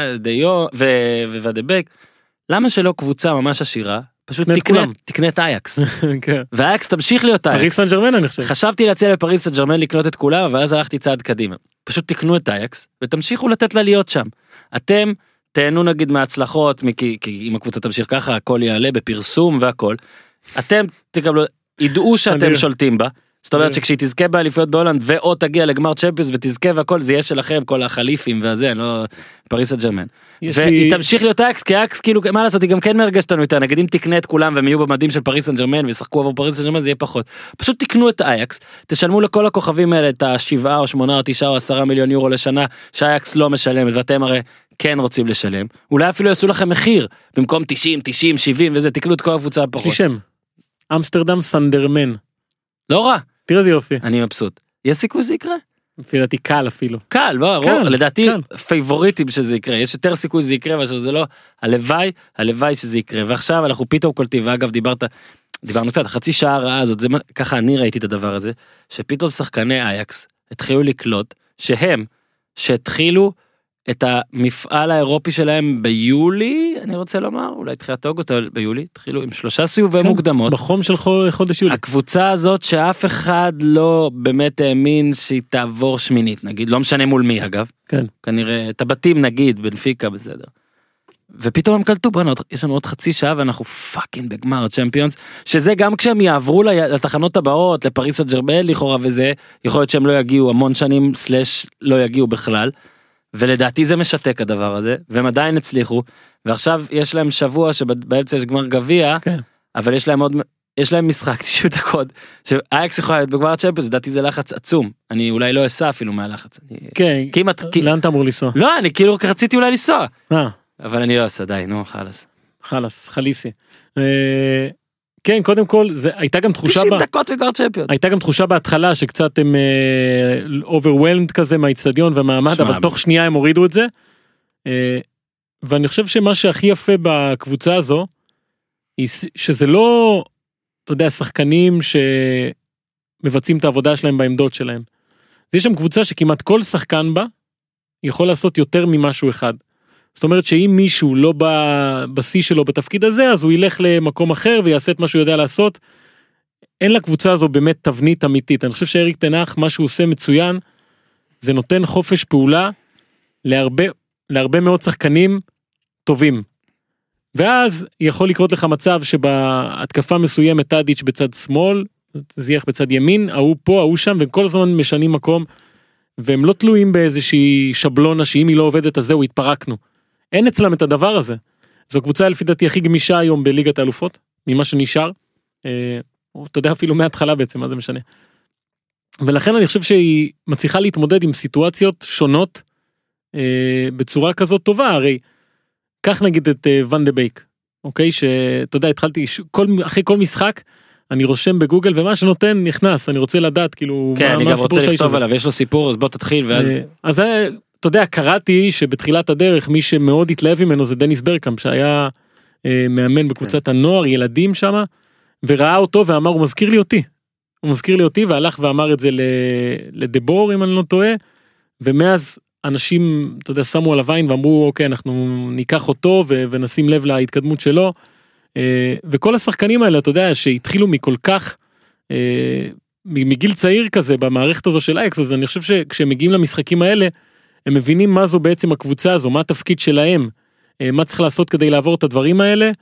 ודבק, למה שלא קבוצה ממש עשירה, פשוט תקנה את אייקס, ואייקס תמשיך להיות אייקס. פריס סן ז'רמן אני חושב. חשבתי להציע לפריס סן ז'רמן לקנות את כולם, ואז הלכתי צעד קדימה. פשוט תקנו את אייקס, ותמשיכו לתת לה להיות שם. אתם תהנו נגיד מההצלחות, כי אם הקבוצה תמשיך ככה, הכל יעלה בפרסום והכל. אתם תקבלו, ידעו שאתם שולטים בה, זאת אומרת שכשהיא תזכה באליפויות בהולנד, ואו תגיע לגמר צ'מפיונס ותזכה והכל, זה יהיה שלכם, כל החליפים והזה, לא פריס סן ז'רמן. והיא תמשיך להיות אייקס, כי אייקס כאילו, מה לעשות, היא גם כן מרגשת לנו יותר, נגיד אם תקנה את כולם והם יהיו במדים של פריס סן ז'רמן וישחקו עבור פריס סן ז'רמן, זה יהיה פחות. פשוט תקנו את אייקס, תשלמו לכל הכוכבים האלה את 7 או 8 או 9 או 10 מיליון יורו לשנה, שאייקס לא משלמת, ואתם הרי כן רוצים לשלם. אולי אפילו יעשו לכם מחיר, במקום 90, 90, 70 וזה, תקנו את כל הקבוצה פחות. יש לי שם, אמסטרדם סנדרמן. לא רע. תראה זה יופי. אני מבסוט. יש סיכוי זה יקרה? לפי דעתי קל אפילו. קל, לדעתי פייבוריטים שזה יקרה, יש יותר סיכוי שזה יקרה, אבל זה לא, הלוואי שזה יקרה, ועכשיו אנחנו פתאום קולטים, ואגב דיברנו קצת, החצי שעה הרעה הזאת, ככה אני ראיתי את הדבר הזה, שפתאום שחקני אייקס התחילו לקלוט, שהתחילו את המפעל האירופי שלהם ביולי, אני רוצה לומר, אולי תחילת אוגוסט, אבל ביולי, התחילו עם 3 סיבובי מוקדמות. בחום של חודש יולי. הקבוצה הזאת שאף אחד לא באמת האמין שהיא תעבור שמינית, נגיד, לא משנה מול מי אגב. כן. כנראה, את הבתים נגיד, בנפיקה בסדר. ופתאום הם קלטו, בוא, יש לנו עוד חצי שעה ואנחנו פאקינג בגמר צ'מפיונס, שזה גם כשהם יעברו לתחנות הבאות, לפריס סן ז'רמן לכאורה וזה, יכול להיות שהם לא יגיעו המון שנים, סלש לא יגיעו בכלל, ולדעתי זה משתק הדבר הזה, והם עדיין הצליחו, ועכשיו יש להם שבוע שבאמצע יש גמר גביע, כן. אבל יש להם משחק 90 דקות, שאייקס יכולה להיות בגמר צ'מפיונס, לדעתי זה לחץ עצום, אני אולי לא אסע אפילו מהלחץ. כן, לאן אתה אמור לנסוע? לא, אני כאילו רציתי אולי לנסוע. אבל אני לא עושה, די, נו, חלס, חליסי. כן, קודם כל, הייתה גם תחושה 90 דקות וגמר צ'מפיונס. הייתה גם תחושה בהתחלה שקצת הם overwhelmed כזה מהאצטדיון ומהמעמד, אבל תוך שנייה הם הורידו את זה. ואני חושב שמה שהכי יפה בקבוצה הזו, שזה לא, אתה יודע, שחקנים שמבצעים את העבודה שלהם בעמדות שלהם. יש שם קבוצה שכמעט כל שחקן בה, יכול לעשות יותר ממשהו אחד. זאת אומרת שאם מישהו לא בשיא שלו בתפקיד הזה, אז הוא ילך למקום אחר ויעשה את מה שהוא יודע לעשות. אין לקבוצה הזו באמת תבנית אמיתית. אני חושב שאריק תנח, מה שהוא עושה מצוין, זה נותן חופש פעולה להרבה מאוד שחקנים טובים. ואז יכול לקרות לך מצב שבהתקפה מסוימת טאדיץ' בצד שמאל, זייח בצד ימין, ההוא פה, ההוא שם, וכל הזמן משנים מקום, והם לא תלויים באיזושהי שבלונה, שאם היא לא עובדת אז זהו, התפרקנו. אין אצלם את הדבר הזה. זו קבוצה לפי דעתי הכי גמישה היום בליגת האלופות, ממה שנשאר. אתה יודע אפילו מההתחלה בעצם, מה זה משנה. ולכן אני חושב שהיא מצליחה להתמודד עם סיטואציות שונות, בצורה כזאת טובה. הרי, קח נגיד את ון דה בייק, אוקיי? שאתה יודע, התחלתי, אחרי כל משחק, אני רושם בגוגל, ומה שנותן נכנס, אני רוצה לדעת, כאילו, כן, אני גם רוצה לכתוב עליו, יש לו סיפור, אז בוא תתחיל, ואז... אז אתה יודע, קראתי שבתחילת הדרך, מי שמאוד התלהב ממנו זה דניס ברקאמפ, שהיה מאמן בקבוצת הנוער, ילדים שם, וראה אותו ואמר, הוא מזכיר לי אותי, והלך ואמר את זה לדבור, אם אני לא טועה, ומאז אנשים, אתה יודע, שמו עליו עין ואמרו, אוקיי, אנחנו ניקח אותו ונשים לב להתקדמות שלו, וכל השחקנים האלה, אתה יודע, שהתחילו מכל כך, מגיל צעיר כזה, במערכת הזו של אייקס, אז אני חושב שכשהם מגיעים למשחקים האלה, הם מבינים מה זו בעצם הקבוצה הזו, מה התפקיד שלהם, מה צריך לעשות כדי לעבור את הדברים האלה,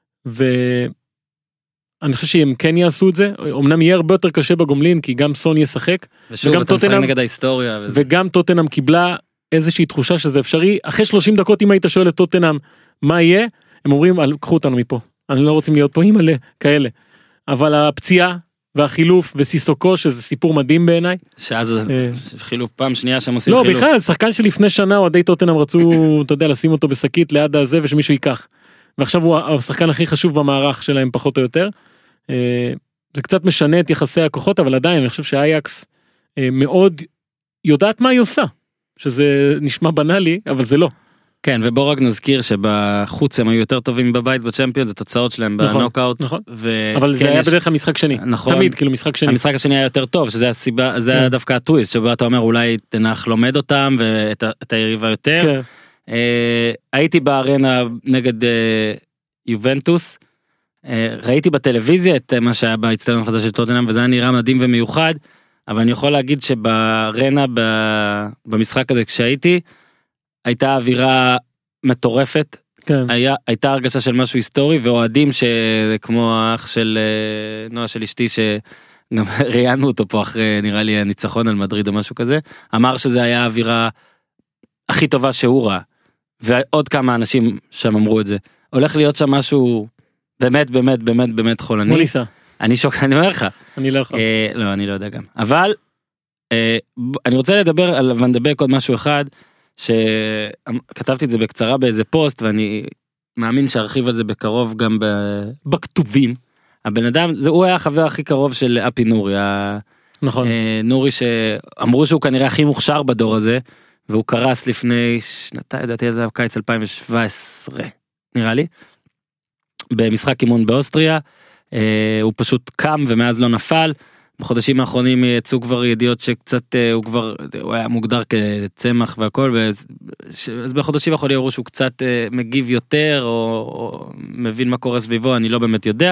ואני חושב שהם כן יעשו את זה, אמנם יהיה הרבה יותר קשה בגומלין, כי גם סון ישחק, ושוב, אתה משחק נגד ההיסטוריה, וגם טוטנהאם קיבלה איזושהי תחושה שזה אפשרי, אחרי 30 דקות אם היית שואל את טוטנהאם מה יהיה, הם אומרים, קחו אותנו מפה, אני לא רוצים להיות פה עם מלא כאלה, אבל הפציעה והחילוף וסיסוקו, שזה סיפור מדהים בעיניי. שאז חילוף פעם שנייה שהם עושים חילוף. לא, בכלל, שחקן שלפני שנה, אוהדי טוטנהאם רצו, אתה יודע, לשים אותו בשקית ליד הזה, ושמישהו ייקח. ועכשיו הוא השחקן הכי חשוב במערך שלהם, פחות או יותר. זה קצת משנה את יחסי הכוחות, אבל עדיין, אני חושב שהאייקס מאוד יודעת מה היא עושה. שזה נשמע בנאלי, אבל זה לא. כן, ובוא רק נזכיר שבחוץ הם היו יותר טובים בבית בצ'מפיונס, זה תוצאות שלהם בנוקאוט. נכון, אבל זה היה בדרך כלל משחק שני. תמיד, כאילו משחק שני. המשחק השני היה יותר טוב, שזה הסיבה, זה היה דווקא הטוויסט, שבו אתה אומר אולי תנח לומד אותם, ואת היריבה יותר. הייתי בארנה נגד יובנטוס, ראיתי בטלוויזיה את מה שהיה באצטדיון החדש של טוטנהאם, וזה היה נראה מדהים ומיוחד, אבל אני יכול להגיד שבארנה, במשחק הזה כשהייתי, הייתה אווירה מטורפת, כן. הייתה הרגשה של משהו היסטורי, ואוהדים שכמו האח של נועה של אשתי, שגם ראיינו אותו פה אחרי נראה לי הניצחון על מדריד או משהו כזה, אמר שזה היה האווירה הכי טובה שהוא ראה, ועוד כמה אנשים שם אמרו את זה, הולך להיות שם משהו באמת באמת באמת באמת חולני. מוליסה. אני אומר לך. אני לא יכול. לא, אני לא יודע גם. אבל אני רוצה לדבר על ון דה בייק עוד משהו אחד, שכתבתי את זה בקצרה באיזה פוסט, ואני מאמין שארחיב על זה בקרוב גם בכתובים. הבן אדם, הוא היה החבר הכי קרוב של אפי נורי. נכון. נורי שאמרו שהוא כנראה הכי מוכשר בדור הזה, והוא קרס לפני שנתיים, ידעתי על זה בקיץ 2017, נראה לי, במשחק אימון באוסטריה, הוא פשוט קם ומאז לא נפל, בחודשים האחרונים יצאו כבר ידיעות שקצת הוא היה מוגדר כצמח והכל, אז בחודשים האחרונים אמרו שהוא קצת מגיב יותר או מבין מה קורה סביבו, אני לא באמת יודע.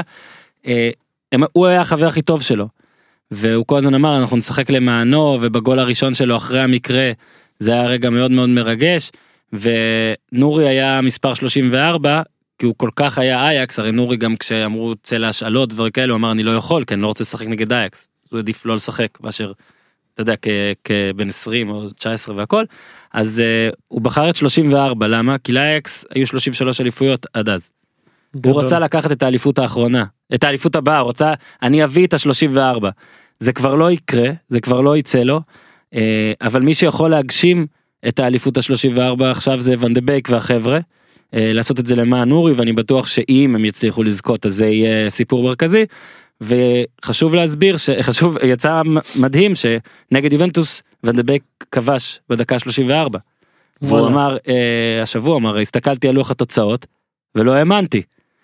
הוא היה החבר הכי טוב שלו, והוא כל הזמן אמר אנחנו נשחק למענו, ובגול הראשון שלו אחרי המקרה זה היה רגע מאוד מאוד מרגש, ונורי היה מספר 34, כי הוא כל כך היה אייקס, הרי נורי גם כשאמרו צא להשאלות דברים כאלה, הוא אמר אני לא יכול, כי אני לא רוצה לשחק נגד אייקס, הוא עדיף לא לשחק, באשר, אתה יודע, כבן 20 או 19 והכל, אז הוא בחר את 34, למה? כי לאייקס היו 33 אליפויות עד אז. הוא רצה לקחת את האליפות האחרונה, את האליפות הבאה, הוא רצה, אני אביא את ה-34, זה כבר לא יקרה, זה כבר לא יצא לו, אבל מי שיכול להגשים את האליפות ה-34 עכשיו זה ון דה בייק והחבר'ה, לעשות את זה למען נורי, ואני בטוח שאם הם יצליחו לזכות, אז זה יהיה סיפור מרכזי, וחשוב להסביר, יצא מדהים שנגד יובנטוס, ון דה בייק כבש בדקה 34, והוא אמר, השבוע אמר, הסתכלתי על לוח התוצאות, ולא האמנתי,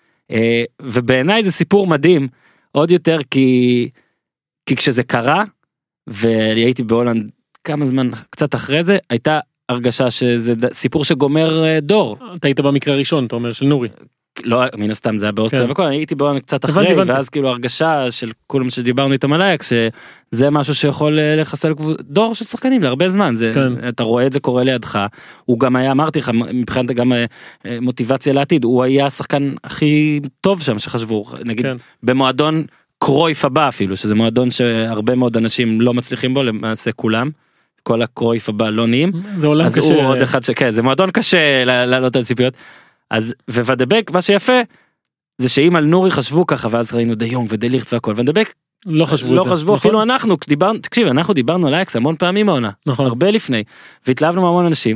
ובעיניי זה סיפור מדהים, עוד יותר כי כשזה קרה, והייתי בהולנד כמה זמן, קצת אחרי זה, הייתה הרגשה שזה סיפור שגומר דור. אתה היית במקרה הראשון, אתה אומר, של נורי. לא, מן הסתם זה היה באוסטריה וכל, אני הייתי בהולנד קצת אחרי, ואז כאילו הרגשה של כולם שדיברנו איתם על אייקס, שזה משהו שיכול לחסל דור של שחקנים להרבה זמן, אתה רואה את זה קורה לידך, הוא גם היה, אמרתי לך, מבחינת גם מוטיבציה לעתיד, הוא היה השחקן הכי טוב שם שחשבו, נגיד במועדון קרויף הבא אפילו, שזה מועדון שהרבה מאוד אנשים לא מצליחים בו, למעשה כולם, כל הקרויף הבא לא נהיים, זה עולם אז קשה. הוא עוד אחד שכן, זה מועדון קשה לעלות על ציפיות, אז וודבק, מה שיפה, זה שאם על נורי חשבו ככה, ואז ראינו דה יונג ודה ליכט והכל, וודבק לא חשבו לא את זה. חשבו, אפילו אנחנו, תקשיב, אנחנו דיברנו על אייקס המון פעמים העונה, הרבה לפני, והתלהבנו מהמון אנשים,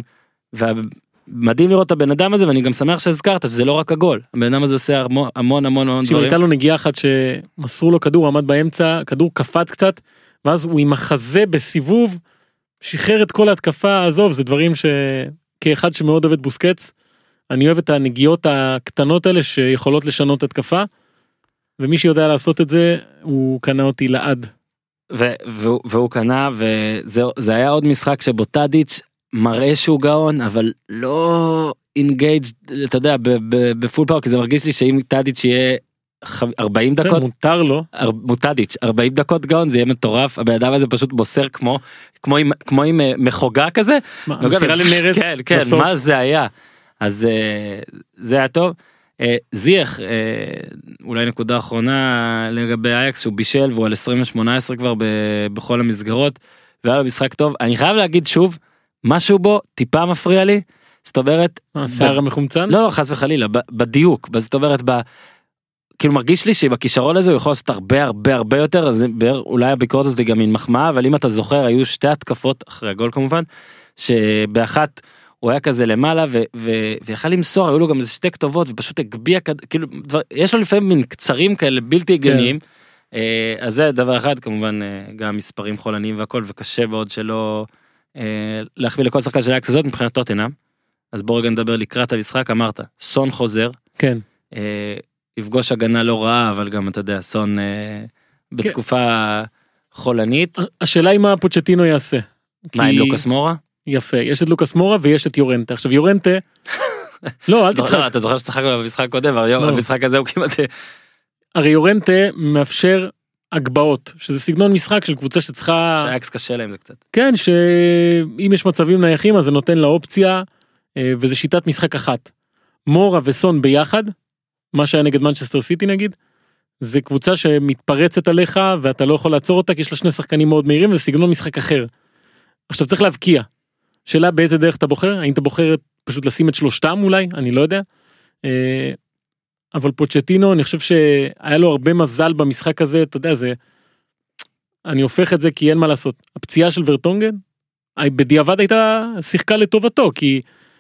ומדהים לראות את הבן אדם הזה, ואני גם שמח שהזכרת שזה לא רק הגול, הבן אדם הזה עושה המון דברים. הייתה לו נגיעה אחת שמסרו לו כדור, עמד באמצע, כדור קפץ קצת, ואז הוא עם החזה בסיבוב, שחרר את כל ההתקפה, עזוב, זה דברים כאחד שמאוד אוהב את בוסקץ, אני אוהב את הנגיעות הקטנות האלה שיכולות לשנות התקפה, ומי שיודע לעשות את זה, הוא קנה אותי לעד. והוא קנה, וזה היה עוד משחק שבו טאדיץ' מראה שהוא גאון, אבל לא אינגייג', אתה יודע, בפול פאור, כי זה מרגיש לי שאם טאדיץ' יהיה 40 דקות, מותר לו, מוטדיץ' 40 דקות גאון, זה יהיה מטורף, הבן אדם הזה פשוט בוסר כמו עם מחוגה כזה, מסירה למרס, כן, מה זה היה, אז זה היה טוב. זייח, אולי נקודה אחרונה לגבי אייקס, שהוא בישל והוא על 20-18 כבר בכל המסגרות, והיה לו משחק טוב. אני חייב להגיד שוב, משהו בו טיפה מפריע לי, זאת אומרת, השיער המחומצן? לא, חס וחלילה, בדיוק, זאת אומרת, כאילו מרגיש לי שבכישרון הזה הוא יכול לעשות הרבה יותר, אז אולי הביקורת הזאת היא גם מין מחמאה, אבל אם אתה זוכר, היו שתי התקפות, אחרי הגול כמובן, שבאחת הוא היה כזה למעלה, ויכל למסור, היו לו גם איזה שתי כתובות, ופשוט הגביע, כאילו, יש לו לפעמים מין קצרים כאלה, בלתי הגיוניים, אז זה דבר אחד, כמובן, גם מספרים חולניים והכל, וקשה מאוד שלא להחמיא לכל שחקן של אייקס הזאת, מבחינת טוטנהאם, אז בואו רגע נדבר לקראת המשחק, אמרת, סון חוזר, כן. יפגוש הגנה לא רעה, אבל גם אתה יודע, סון בתקופה חולנית. השאלה היא מה פוצ'טינו יעשה. מה עם לוקאס מורה? יפה, יש את לוקאס מורה ויש את יורנטה. עכשיו יורנטה, לא, אל תצחק. אתה זוכר שצחקנו לו במשחק קודם, המשחק הזה הוא כמעט... הרי יורנטה מאפשר הגבעות, שזה סגנון משחק של קבוצה שצריכה... שהאקס קשה להם זה קצת. כן, שאם יש מצבים נייחים, אז זה נותן לה אופציה, וזה שיטת משחק אחת. מורה וסון ביחד, מה שהיה נגד מנצ'סטר סיטי נגיד, זה קבוצה שמתפרצת עליך, ואתה לא יכול לעצור אותה, כי יש לה שני שחקנים מאוד מהירים, וזה סגנון משחק אחר. עכשיו צריך להבקיע. שאלה באיזה דרך אתה בוחר, האם אתה בוחר פשוט לשים את שלושתם אולי, אני לא יודע. אבל פוצ'טינו, אני חושב שהיה לו הרבה מזל במשחק הזה, אתה יודע, אני הופך את זה כי אין מה לעשות. הפציעה של ורטונגן, בדיעבד הייתה שיחקה לטובתו, כי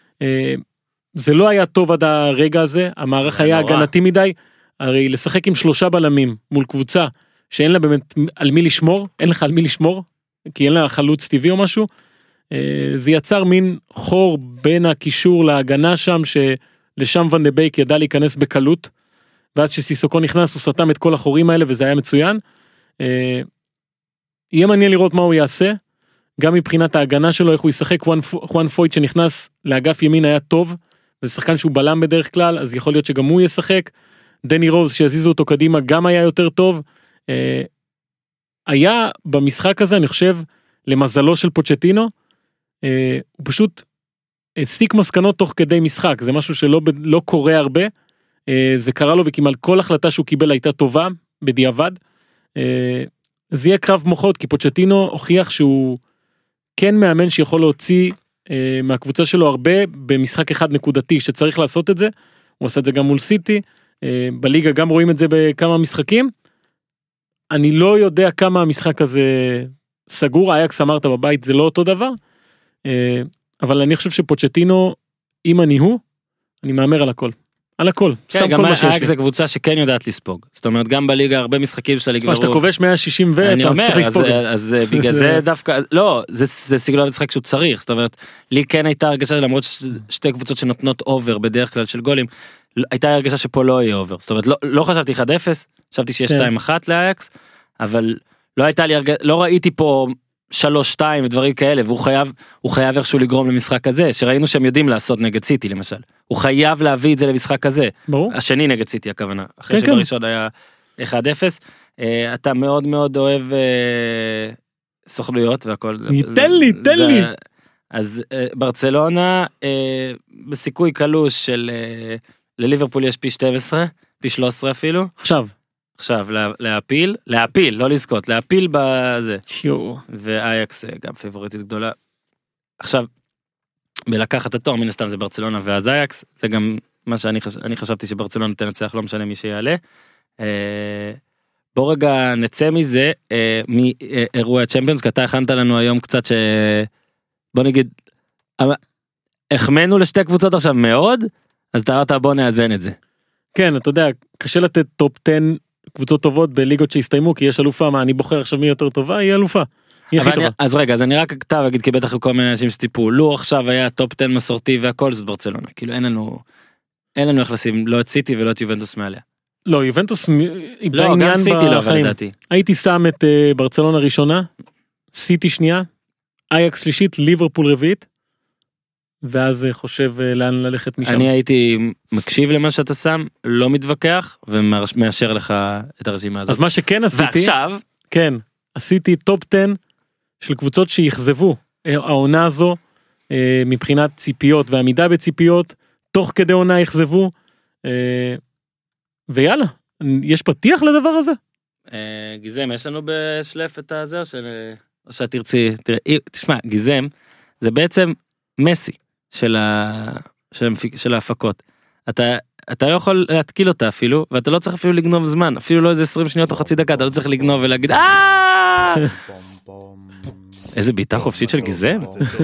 זה לא היה טוב עד הרגע הזה, המערך היה הגנתי מדי, הרי לשחק עם 3 בלמים מול קבוצה, שאין לה באמת על מי לשמור, אין לך על מי לשמור, כי אין לה חלוץ טבעי או משהו, זה יצר מין חור בין הקישור להגנה שם, שלשם ון דה בייק ידע להיכנס בקלות, ואז שסיסוקו נכנס הוא סתם את כל החורים האלה, וזה היה מצוין. יהיה מעניין לראות מה הוא יעשה, גם מבחינת ההגנה שלו, איך הוא ישחק. חואן פויט שנכנס לאגף ימין היה טוב, זה שחקן שהוא בלם בדרך כלל, אז יכול להיות שגם הוא ישחק. דני רוז שהזיזו אותו קדימה גם היה יותר טוב. היה במשחק הזה, אני חושב, למזלו של פוצ'טינו, הוא פשוט הסיק מסקנות תוך כדי משחק, זה משהו שלא קורה הרבה, זה קרה לו וכמעט כל החלטה שהוא קיבל הייתה טובה, בדיעבד. זה יהיה קרב מוחות, כי פוצ'טינו הוכיח שהוא כן מאמן שיכול להוציא מהקבוצה שלו הרבה במשחק אחד נקודתי, שצריך לעשות את זה, הוא עושה את זה גם מול סיטי, בליגה גם רואים את זה בכמה משחקים, אני לא יודע כמה המשחק הזה סגור, אייקס אמרת בבית זה לא אותו דבר, אבל אני חושב שפוצ'טינו, אם אני הוא, אני מאמר על הכל. על הכל, כן, גם אייקס זה קבוצה שכן יודעת לספוג, זאת אומרת גם בליגה הרבה משחקים של הליגה, שאתה כובש 160 ואתה צריך לספוג. אז בגלל זה דווקא, לא, זה סגנון המשחק שהוא צריך, זאת אומרת, לי כן הייתה הרגשה, למרות שתי קבוצות שנותנות אובר בדרך כלל של גולים, הייתה הרגשה שפה לא יהיה אובר, זאת אומרת, לא חשבתי 1-0, חשבתי שיש 2-1 לאייקס, אבל לא הייתה לי הרגשה, לא ראיתי פה 3-2 ודברים כאלה, והוא חייב איכשהו לגרום למשחק הזה, שראינו שהם יודעים לעשות נגד סיטי למשל, הוא חייב להביא את זה למשחק הזה, ברור. השני נגד סיטי הכוונה, אחרי כן, שבראשון היה 1-0, אתה מאוד מאוד אוהב סוכנויות והכל. תן לי. אז ברצלונה, בסיכוי קלוש של, לליברפול יש פי 12, פי 13 אפילו. עכשיו, להפיל, לא לזכות, להפיל בזה. ואייקס גם פיבוריטית גדולה. עכשיו, בלקחת התואר, מן הסתם זה ברצלונה ואז אייקס, זה גם מה שאני חשבתי שברצלונה תנצח, לא משנה מי שיעלה. בוא רגע נצא מזה, מאירוע הצ'מפיונס, כי אתה הכנת לנו היום קצת בוא נגיד, החמנו לשתי קבוצות עכשיו מאוד, אז אתה בוא נאזן את זה. כן, אתה יודע, קשה לתת טופ 10 קבוצות טובות בליגות שהסתיימו, כי יש אלופה, מה, אני בוחר עכשיו מי יותר טובה, היא אלופה. אז רגע, אז אני רק כתב, אגיד, כי בטח כל מיני אנשים שטיפו, לו עכשיו היה טופ 10 מסורתי והכל, זאת ברצלונה, כאילו אין לנו איך לשים, לא את סיטי ולא את יובנטוס מעליה. לא, יובנטוס לא, גם סיטי לא, אבל לדעתי. הייתי שם את ברצלונה ראשונה, סיטי שנייה, אייקס שלישית, ליברפול רביעית, ואז חושב לאן ללכת משם. אני הייתי מקשיב למה שאתה שם, לא מתווכח, ומאשר לך את הרשימה הזאת. אז מה שכן עשיתי, ועכשיו, כן, עשיתי טופ 10 של קבוצות שיחזבו העונה הזו, מבחינת ציפיות ועמידה בציפיות, תוך כדי עונה יחזבו, ויאללה, יש פתיח לדבר הזה? גיזם, יש לנו בשלף את הזה, או שאת תרצי, תשמע, גיזם, זה בעצם מסי של ההפקות. אתה לא יכול להתקיל אותה אפילו, ואתה לא צריך אפילו לגנוב זמן, אפילו לא איזה 20 שניות או חצי דקה, אתה לא צריך לגנוב ולהגיד, איזה ביטה חופשית של גיזם.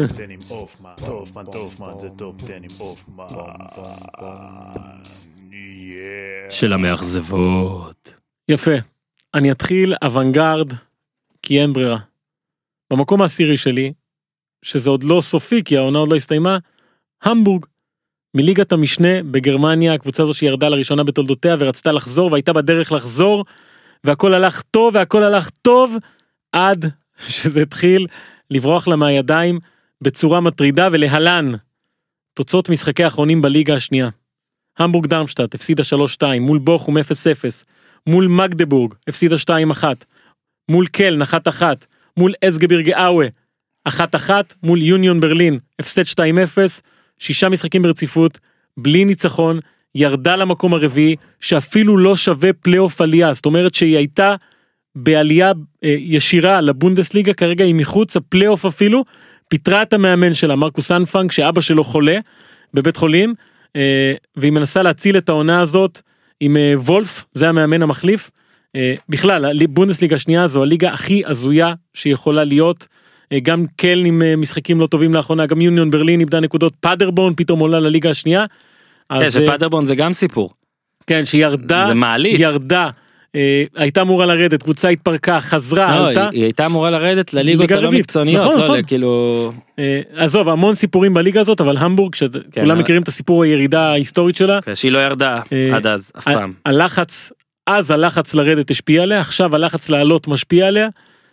של המאכזבות. יפה, אני אתחיל אוונגרד, כי אין ברירה. במקום העשירי שלי, שזה עוד לא סופי, כי העונה עוד לא הסתיימה, המבורג, מליגת המשנה בגרמניה, הקבוצה הזו שירדה לראשונה בתולדותיה, ורצתה לחזור, והייתה בדרך לחזור, והכל הלך טוב, עד שזה התחיל לברוח לה מהידיים, בצורה מטרידה, ולהלן, תוצאות משחקי האחרונים בליגה השנייה. המבורג דרמשטאט, הפסידה 3-2, מול בוכום 0-0, מול מגדבורג, הפסידה 2-1, מול קלן 1-1, מול אסגבירגה אאווה, 1-1, מול יוניון ברלין, הפסד 2-0, 6 משחקים ברציפות, בלי ניצחון, ירדה למקום הרביעי, שאפילו לא שווה פלייאוף עלייה, זאת אומרת שהיא הייתה בעלייה ישירה לבונדסליגה, כרגע היא מחוץ, הפלייאוף אפילו, פיתרה את המאמן שלה, מרקוס אנפנג, שאבא שלו חולה, בבית חולים, והיא מנסה להציל את העונה הזאת, עם וולף, זה המאמן המחליף, בכלל, בונדסליגה השנייה זו הליגה הכי הזויה שיכולה להיות, גם קלן עם משחקים לא טובים לאחרונה, גם יוניון ברלין איבדה נקודות, פאדרבורן פתאום עולה לליגה השנייה. כן, שפאדרבורן זה גם סיפור. כן, שירדה, זה מעלית. ירדה, הייתה אמורה לרדת, קבוצה התפרקה, חזרה, לא, עלתה. היא הייתה אמורה לרדת לליגות הלא מקצועניות, נכון, לא נכון. כאילו... עזוב, המון סיפורים בליגה הזאת, אבל המבורג, שכולם מכירים את הסיפור הירידה ההיסטורית שלה. שהיא לא ירדה עד אז, אף פעם. הלחץ לרדת השפיע עליה, עכשיו הלחץ לעלות משפיע עליה,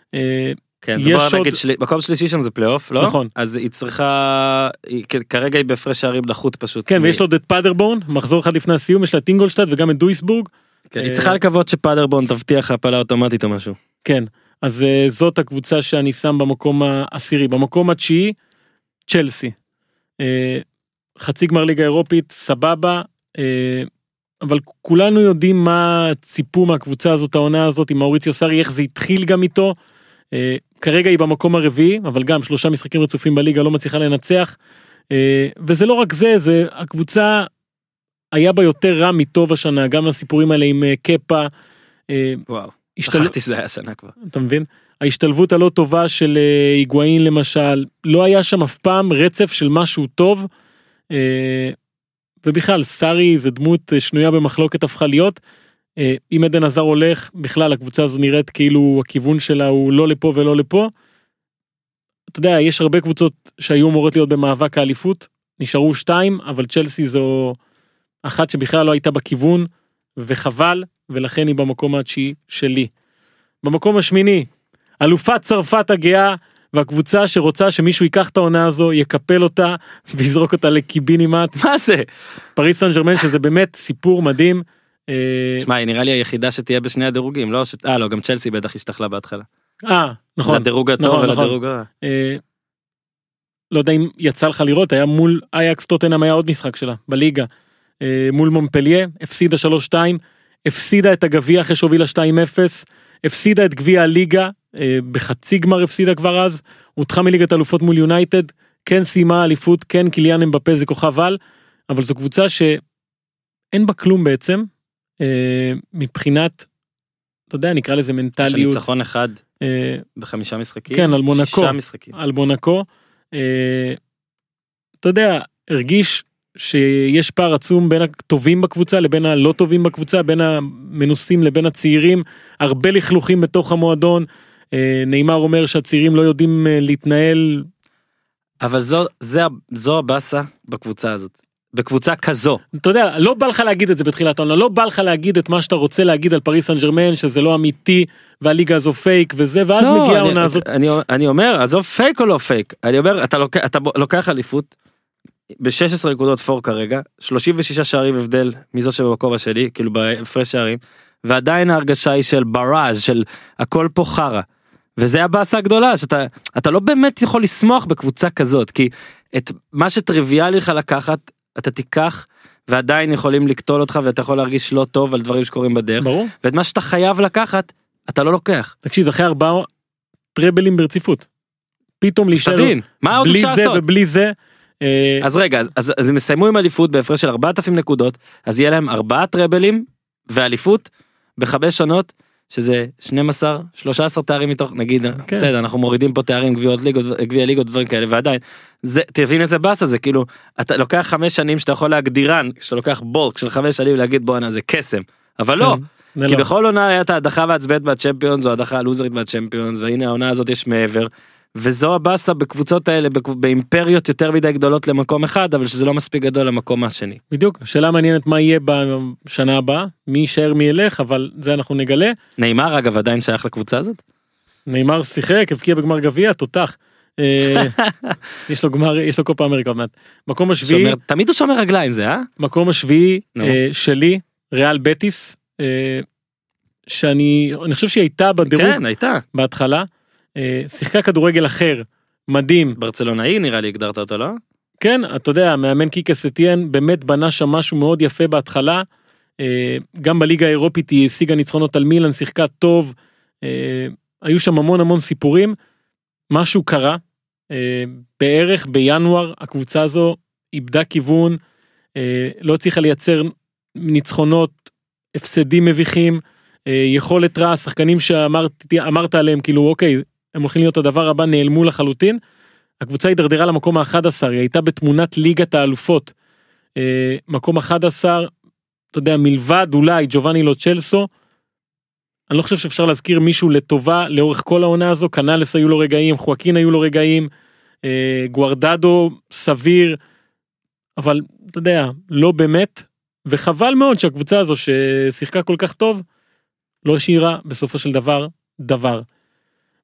כן, יש ובוא עוד- נגיד, מקום שלישי שם זה פלייאוף, לא? נכון. אז היא צריכה, כרגע היא בהפרש שערים לחוט פשוט. כן, ויש לו עוד את פאדרבורן, מחזור אחד לפני הסיום, יש לה את אינגולשטאט וגם את דויסבורג. כן, היא צריכה לקוות שפאדרבורן תבטיח הפלה אוטומטית או משהו. כן, אז זאת הקבוצה שאני שם במקום העשירי. במקום התשיעי, צ'לסי. חצי גמר ליגה אירופית, סבבה, אבל כולנו יודעים מה ציפו מהקבוצה הזאת, העונה הזאת, עם מאוריציו סארי, איך זה התחיל גם איתו. כרגע היא במקום הרביעי, אבל גם 3 משחקים רצופים בליגה, לא מצליחה לנצח. וזה לא רק זה הקבוצה היה בה יותר רע מטוב השנה, גם הסיפורים האלה עם קפה. וואו, שכחתי שזה היה שנה כבר. אתה מבין? ההשתלבות הלא טובה של היגואין למשל, לא היה שם אף פעם רצף של משהו טוב, ובכלל סארי זה דמות שנויה במחלוקת הפכה להיות, אם עדן עזר הולך, בכלל הקבוצה הזו נראית כאילו הכיוון שלה הוא לא לפה ולא לפה, אתה יודע, יש הרבה קבוצות שהיו אמורות להיות במאבק האליפות, נשארו 2, אבל צ'לסי זו אחת שבכלל לא הייתה בכיוון, וחבל, ולכן היא במקום התשיעי שלי. במקום השמיני, אלופת צרפת הגאה, והקבוצה שרוצה שמישהו ייקח את העונה הזו, יקפל אותה, ויזרוק אותה לקיבינימט. מה זה? פריס סן ז'רמן, שזה באמת סיפור מדהים. שמע, היא נראה לי היחידה שתהיה בשני הדירוגים, לא? לא, גם צ'לסי בטח השתכלה בהתחלה. נכון. לדירוג הטוב ולדירוג הרע. לא יודע אם יצא לך לראות, היה מול אייקס טוטנהאם, היה עוד משחק שלה, בליגה. מול מונפליה, הפסידה 3-2, הפסידה את הגביע אחרי שהובילה 2-0, הפסידה את גביע הליגה, בחצי גמר הפסידה כבר אז, הודחה מליגת אלופות מול יונייטד, כן סיימה אליפות, כן קיליאן אמבפה זה כוכב על, אבל זו קבוצה שאין בה כלום בעצם, מבחינת, אתה יודע, נקרא לזה מנטליות. שניצחון אחד ב5 משחקים. כן, על מונקו. 6 משחקים. על מונקו. אתה יודע, הרגיש שיש פער עצום בין הטובים בקבוצה לבין הלא טובים בקבוצה, בין המנוסים לבין הצעירים, הרבה לכלוכים בתוך המועדון, נאמר אומר שהצעירים לא יודעים להתנהל. אבל זו הבאסה בקבוצה הזאת. בקבוצה כזו. אתה יודע, לא בא לך להגיד את זה בתחילת העונה, לא בא לך להגיד את מה שאתה רוצה להגיד על פריס סן ז'רמן, שזה לא אמיתי, והליגה הזו פייק וזה, ואז מגיעה העונה הזאת. אני אומר, עזוב פייק או לא פייק, אני אומר, אתה לוקח אליפות, ב-16 נקודות פור כרגע, 36 שערים הבדל מזאת שבמקום השני, כאילו בהפרש שערים, ועדיין ההרגשה היא של בראז' של הכל פה חרה, וזה הבאסה הגדולה, שאתה לא באמת יכול לשמוח בקבוצה כזאת, כי את מה שטריוויאלי לך לקחת, אתה תיקח, ועדיין יכולים לקטול אותך, ואתה יכול להרגיש לא טוב על דברים שקורים בדרך, ברור. ואת מה שאתה חייב לקחת, אתה לא לוקח. תקשיב, אחרי 4 טראבלים ברציפות, פתאום להישאר מה עוד בלי אפשר זה לעשות? ובלי זה. אז רגע, אז הם מסיימו עם אליפות בהפרש של 4,000 נקודות, אז יהיה להם 4 טראבלים ואליפות ב5 שונות, שזה 13 תארים מתוך, נגיד, כן. בסדר, אנחנו מורידים פה תארים, גביע ליגות, דברים כאלה, ועדיין, תבין איזה באסה זה, כאילו, אתה לוקח 5 שנים שאתה יכול להגדירן, כשאתה לוקח בולק של 5 שנים להגיד בואנה זה קסם, אבל לא, כי בכל עונה היה את ההדחה והצבט מהצ'מפיונס, או ההדחה הלוזרית מהצ'מפיונס, והנה העונה הזאת יש מעבר, וזו הבאסה בקבוצות האלה, באימפריות יותר מדי גדולות למקום אחד, אבל שזה לא מספיק גדול למקום השני. בדיוק, שאלה מעניינת מה יהיה בשנה הבאה, מי יישאר מי ילך, אבל זה אנחנו נגלה. נאמר אגב עדיין שייך לקבוצה הזאת? נאמר שיחק, הבקיע בגמר גביע, תותח. יש לו קופה אמריקה עוד מעט. מקום השביעי, תמיד הוא שומר רגליים זה, מקום השביעי שלי, ריאל בטיס, שאני חושב שהיא הייתה בדירוג, כן, הייתה. בהתחלה, שיחקה כדורגל אחר, מדהים. ברצלונאי נראה לי הגדרת אותו, לא? כן, אתה יודע, מאמן קיקה סטיאן באמת בנה שם משהו מאוד יפה בהתחלה, גם בליגה האירופית היא השיגה ניצחונות על מילאן, שיחקה טוב, היו שם המון סיפורים, משהו קרה, בערך בינואר הקבוצה הזו איבדה כיוון, לא הצליחה לייצר ניצחונות, הפסדים מביכים, יכולת רע, שחקנים שאמרת עליהם, כאילו אוקיי, הם הולכים להיות הדבר הבא, נעלמו לחלוטין, הקבוצה הידרדרה למקום ה-11, היא הייתה בתמונת ליגת האלופות, מקום 11, אתה יודע, מלבד אולי ג'ובאני לו צ'לסו, אני לא חושב שאפשר להזכיר מישהו לטובה לאורך כל העונה הזו, קנלס היו לו רגעים, חואקין היו לו רגעים, גוארדדו סביר, אבל אתה יודע, לא באמת, וחבל מאוד שהקבוצה הזו ששיחקה כל כך טוב, לא השאירה בסופו של דבר.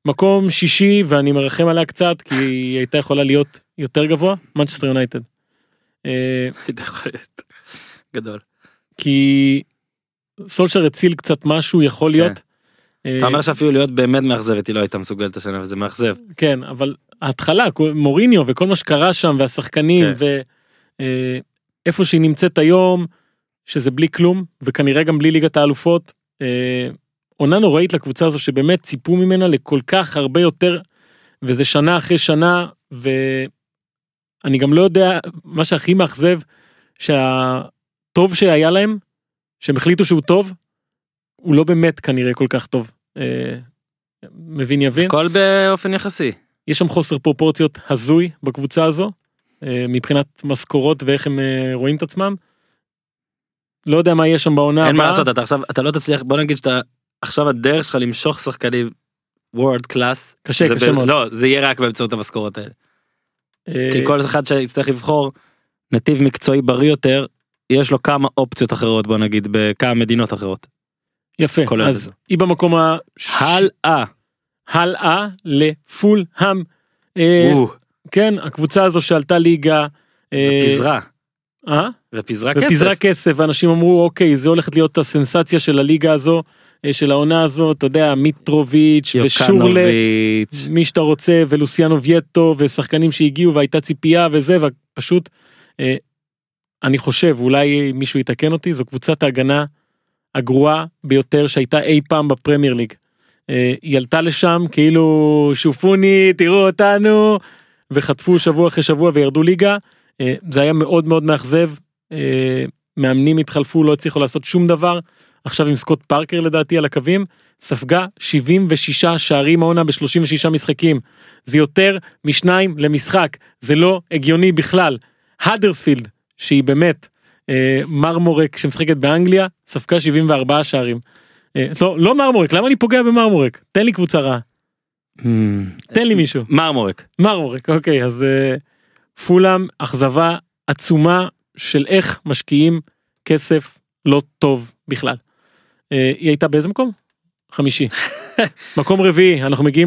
מקום שישי, ואני מרחם עליה קצת, כי היא הייתה יכולה להיות יותר גבוה, מנצ'סטר יונייטד. הייתה יכולה להיות גדול. כי סולשר הציל קצת משהו, יכול להיות. אתה אומר שאפילו להיות באמת מאכזבת, היא לא הייתה מסוגלת השנה, וזה מאכזב. כן, אבל ההתחלה, מוריניו וכל מה שקרה שם, והשחקנים, ואיפה שהיא נמצאת היום, שזה בלי כלום, וכנראה גם בלי ליגת האלופות, עונה נוראית לקבוצה הזו, שבאמת ציפו ממנה לכל כך הרבה יותר, וזה שנה אחרי שנה, ואני גם לא יודע, מה שהכי מאכזב, שהטוב שהיה להם, שהם החליטו שהוא טוב, הוא לא באמת כנראה כל כך טוב. מבין יבין? הכל באופן יחסי. יש שם חוסר פרופורציות הזוי בקבוצה הזו, מבחינת משכורות ואיך הם רואים את עצמם. לא יודע מה יש שם בעונה הבאה. אין מה לעשות, אתה לא תצליח, בוא נגיד שאתה, עכשיו הדרך שלך למשוך שחקנים וורד קלאס, קשה מאוד. לא, זה יהיה רק באמצעות המשכורות האלה. כי כל אחד שיצטרך לבחור נתיב מקצועי בריא יותר, יש לו כמה אופציות אחרות, בוא נגיד, בכמה מדינות אחרות. יפה, אז היא במקום הלאה לפולהאם. כן, הקבוצה הזו שעלתה ליגה. ופיזרה כסף, ואנשים אמרו, אוקיי, זה הולכת להיות הסנסציה של הליגה הזו, של העונה הזו, אתה יודע, מיטרוביץ' ושורלה, מי שאתה רוצה, ולוסיאנו וייטו, ושחקנים שהגיעו, והייתה ציפייה וזה, ופשוט, אני חושב, אולי מישהו יתקן אותי, זו קבוצת ההגנה הגרועה ביותר שהייתה אי פעם בפרמייר ליג. היא עלתה לשם, כאילו, שופוני, תראו אותנו, וחטפו שבוע אחרי שבוע וירדו ליגה. זה היה מאוד מאוד מאכזב, מאמנים התחלפו, לא הצליחו לעשות שום דבר, עכשיו עם סקוט פארקר לדעתי על הקווים, ספגה 76 שערים העונה ב-36 משחקים, זה יותר משניים למשחק, זה לא הגיוני בכלל. האדרספילד, שהיא באמת מרמורק שמשחקת באנגליה, ספגה 74 שערים. לא מרמורק, למה אני פוגע במרמורק? תן לי קבוצה רעה. תן לי מישהו. מרמורק, אוקיי, אז פולהאם, אכזבה עצומה של איך משקיעים כסף לא טוב בכלל. היא הייתה באיזה מקום? 5. מקום רביעי, אנחנו מגיעים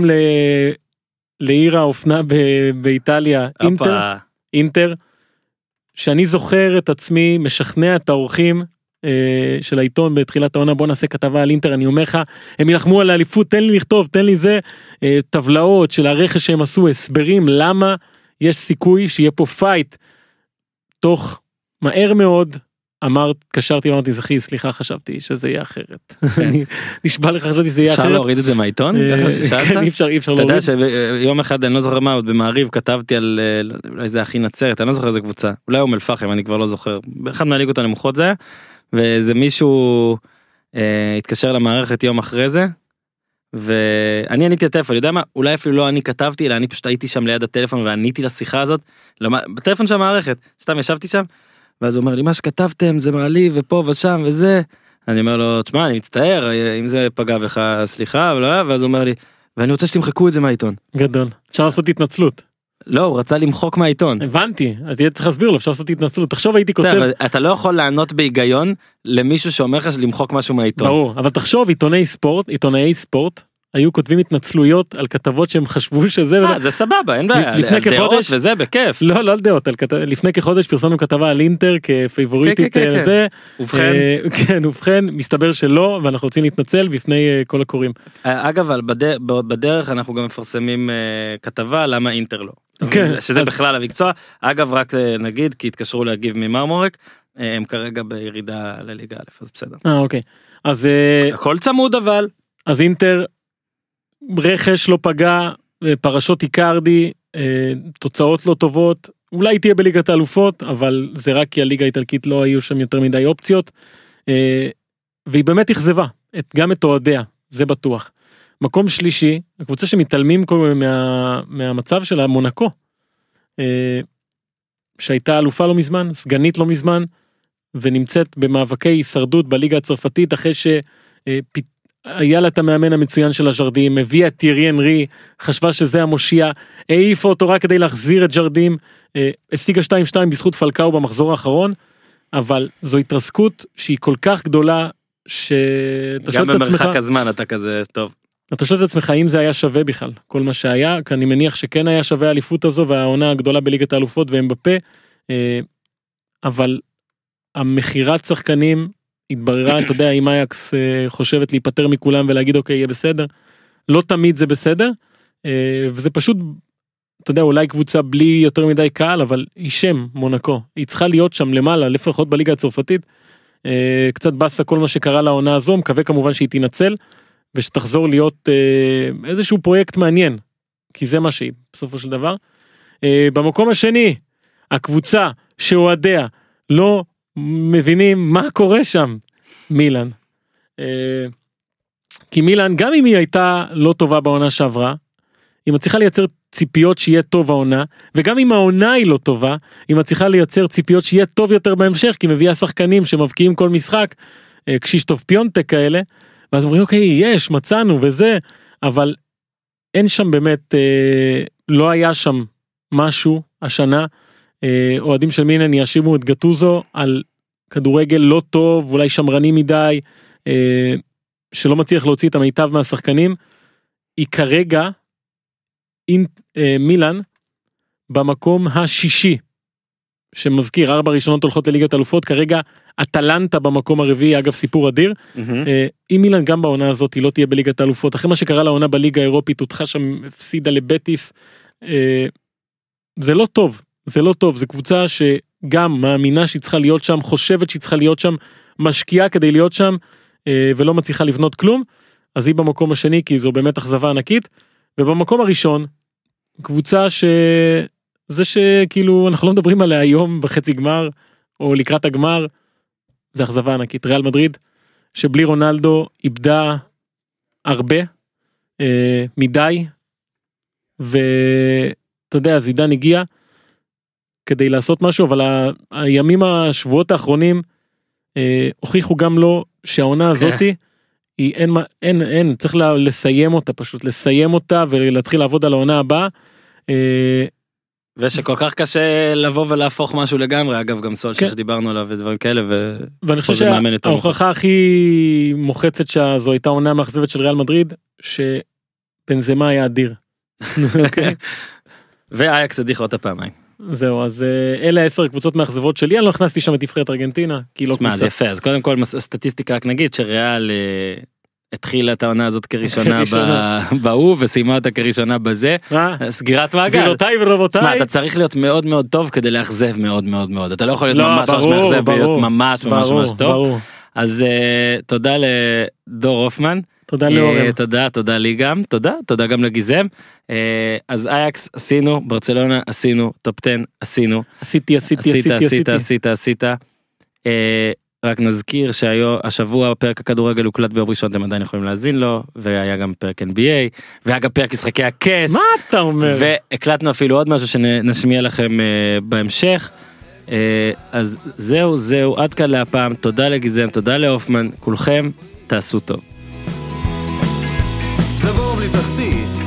לעיר האופנה באיטליה, אינטר, שאני זוכר את עצמי, משכנע את האורחים של העיתון בתחילת העונה, בוא נעשה כתבה על אינטר, אני אומר לך, הם ילחמו על האליפות, תן לי לכתוב, תן לי זה, טבלאות של הרכש שהם עשו, הסברים, למה יש סיכוי שיהיה פה פייט, תוך מהר מאוד, קשרתי ואמרתי, זכי, סליחה, חשבתי שזה יהיה אחרת. אני נשבע לך, חשבתי שזה יהיה אחרת. אפשר להוריד את זה מהעיתון? כן, אי אפשר להוריד. אתה יודע שיום אחד, אני לא זוכר מה, עוד במעריב כתבתי על, אולי זה הכי נצרת, אני לא זוכר איזה קבוצה, אולי אום אל פחם, אני כבר לא זוכר, באחד מהליגות הנמוכות זה היה, וזה מישהו התקשר למערכת יום אחרי זה, ואני עניתי לטלפון, יודע מה, אולי אפילו לא אני כתבתי, אלא אני פשוט הייתי שם ליד הטלפון ועניתי לשיחה הזאת, בטלפון של המערכת, סתם ישבתי שם, ואז הוא אומר לי, מה שכתבתם זה מעליב ופה ושם וזה, אני אומר לו, תשמע, אני מצטער, אם זה פגע בך, סליחה, ואז הוא אומר לי, ואני רוצה שתמחקו את זה מהעיתון. גדול, אפשר לעשות התנצלות. לא, הוא רצה למחוק מהעיתון. הבנתי, אז תהיה צריך להסביר לו, אפשר לעשות התנצלות, תחשוב הייתי כותב. אתה לא יכול לענות בהיגיון למישהו שאומר לך למחוק משהו מהעיתון. ברור, אבל תחשוב, עיתונאי ספורט, היו כותבים התנצלויות על כתבות שהם חשבו שזה... זה סבבה, אין בעיה, על דעות וזה בכיף. לא על דעות, לפני כחודש פרסמנו כתבה על אינטר כפייבוריטית לזה. ובכן, מסתבר שלא, ואנחנו רוצים להתנצל בפני כל הקוראים. אגב, בדרך אנחנו גם מפרסמים כתבה למה אינטר לא. שזה בכלל המקצוע. אגב, רק נגיד, כי התקשרו להגיב ממרמורק, הם כרגע בירידה לליגה א', אז בסדר. אוקיי. אז... הכל צמוד אבל. אז אינטר... רכש לא פגע, פרשות איקרדי, תוצאות לא טובות, אולי תהיה בליגת האלופות, אבל זה רק כי הליגה האיטלקית לא היו שם יותר מדי אופציות, והיא באמת אכזבה, גם את אוהדיה, זה בטוח. מקום שלישי, הקבוצה שמתעלמים מהמצב שלה, מונקו, שהייתה אלופה לא מזמן, סגנית לא מזמן, ונמצאת במאבקי הישרדות בליגה הצרפתית, אחרי היה לה את המאמן המצוין של הז'רדים, הביאה את טירי אנרי, חשבה שזה המושיע, העיפה אותו רק כדי להחזיר את ז'רדים, השיגה 2-2 בזכות פלקאו במחזור האחרון, אבל זו התרסקות שהיא כל כך גדולה, שאתה שואל את עצמך... גם במרחק הזמן אתה כזה טוב. אתה שואל את עצמך האם זה היה שווה בכלל, כל מה שהיה, כי אני מניח שכן היה שווה האליפות הזו, והעונה הגדולה בליגת האלופות והם בפה, אבל המחירת שחקנים התבררה, אתה יודע, אם אייקס חושבת להיפטר מכולם ולהגיד אוקיי, יהיה בסדר, לא תמיד זה בסדר, וזה פשוט, אתה יודע, אולי קבוצה בלי יותר מדי קהל, אבל היא שם, מונקו, היא צריכה להיות שם למעלה, לפחות בליגה הצרפתית, קצת בסה כל מה שקרה לעונה הזו, מקווה כמובן שהיא תנצל, ושתחזור להיות איזשהו פרויקט מעניין, כי זה מה שהיא, בסופו של דבר. במקום השני, הקבוצה שאוהדיה לא מבינים מה קורה שם, מילאן. כי מילאן, גם אם היא הייתה לא טובה בעונה שעברה, היא מצליחה לייצר ציפיות שיהיה טוב העונה, וגם אם העונה היא לא טובה, היא מצליחה לייצר ציפיות שיהיה טוב יותר בהמשך, כי מביאה שחקנים שמבקיעים כל משחק, קשישטוף פיונטק כאלה, ואז אומרים, אוקיי, יש, מצאנו וזה, אבל אין שם באמת, לא היה שם משהו השנה, אוהדים של מילאן יאשימו את גטוזו על כדורגל לא טוב, אולי שמרני מדי, שלא מצליח להוציא את המיטב מהשחקנים, היא כרגע, מילאן, במקום השישי, שמזכיר, 4 ראשונות הולכות לליגת אלופות, כרגע אטלנטה במקום הרביעי, אגב סיפור אדיר, אם מילאן גם בעונה הזאת היא לא תהיה בליגת האלופות, אחרי מה שקרה לעונה בליגה האירופית, הותחה שם, הפסידה לבטיס, זה לא טוב, זה לא טוב, זו קבוצה שגם מאמינה שהיא צריכה להיות שם, חושבת שהיא צריכה להיות שם, משקיעה כדי להיות שם, ולא מצליחה לבנות כלום, אז היא במקום השני, כי זו באמת אכזבה ענקית, ובמקום הראשון, קבוצה זה שכאילו אנחנו לא מדברים עליה היום בחצי גמר, או לקראת הגמר, זה אכזבה ענקית, ריאל מדריד, שבלי רונלדו איבדה הרבה, מדי, ואתה יודע, זידן הגיע, כדי לעשות משהו, אבל הימים השבועות האחרונים, הוכיחו גם לו, שהעונה הזאתי, אין, צריך לסיים אותה, פשוט לסיים אותה, ולהתחיל לעבוד על העונה הבאה, ושכל כך קשה לבוא ולהפוך משהו לגמרי, אגב גם סול שדיברנו עליו ודברים כאלה, ואני חושב שההוכחה הכי מוחצת שזו הייתה עונה מאכזבת של ריאל מדריד, שבנזמה היה אדיר. ואייקס הדיחה אותה פעמיים. זהו, אז אלה 10 קבוצות מאכזבות שלי, אני לא הכנסתי שם את נבחרת ארגנטינה, כי לא קבוצה. זה יפה, אז קודם כל סטטיסטיקה רק נגיד, שריאל התחילה את העונה הזאת כראשונה בהוא, וסיימה אותה כראשונה בזה, סגירת מעגל. גבירותיי ורבותיי. אתה צריך להיות מאוד מאוד טוב כדי לאכזב מאוד מאוד מאוד, אתה לא יכול להיות ממש מאכזב, להיות ממש ממש ממש טוב. אז תודה לדור הופמן. תודה לאורם. תודה לי גם, תודה גם לגיזם. אז אייקס עשינו, ברצלונה עשינו, טופ 10 עשינו. עשית. רק נזכיר שהשבוע פרק הכדורגל הוקלט ביום ראשון, אתם עדיין יכולים להזין לו, והיה גם פרק NBA, והיה גם פרק משחקי הכס. מה אתה אומר? והקלטנו אפילו עוד משהו שנשמיע לכם בהמשך. אז זהו, עד כאן להפעם, תודה לגיזם, תודה להופמן, כולכם תעשו טוב. זה בור בלי תחתית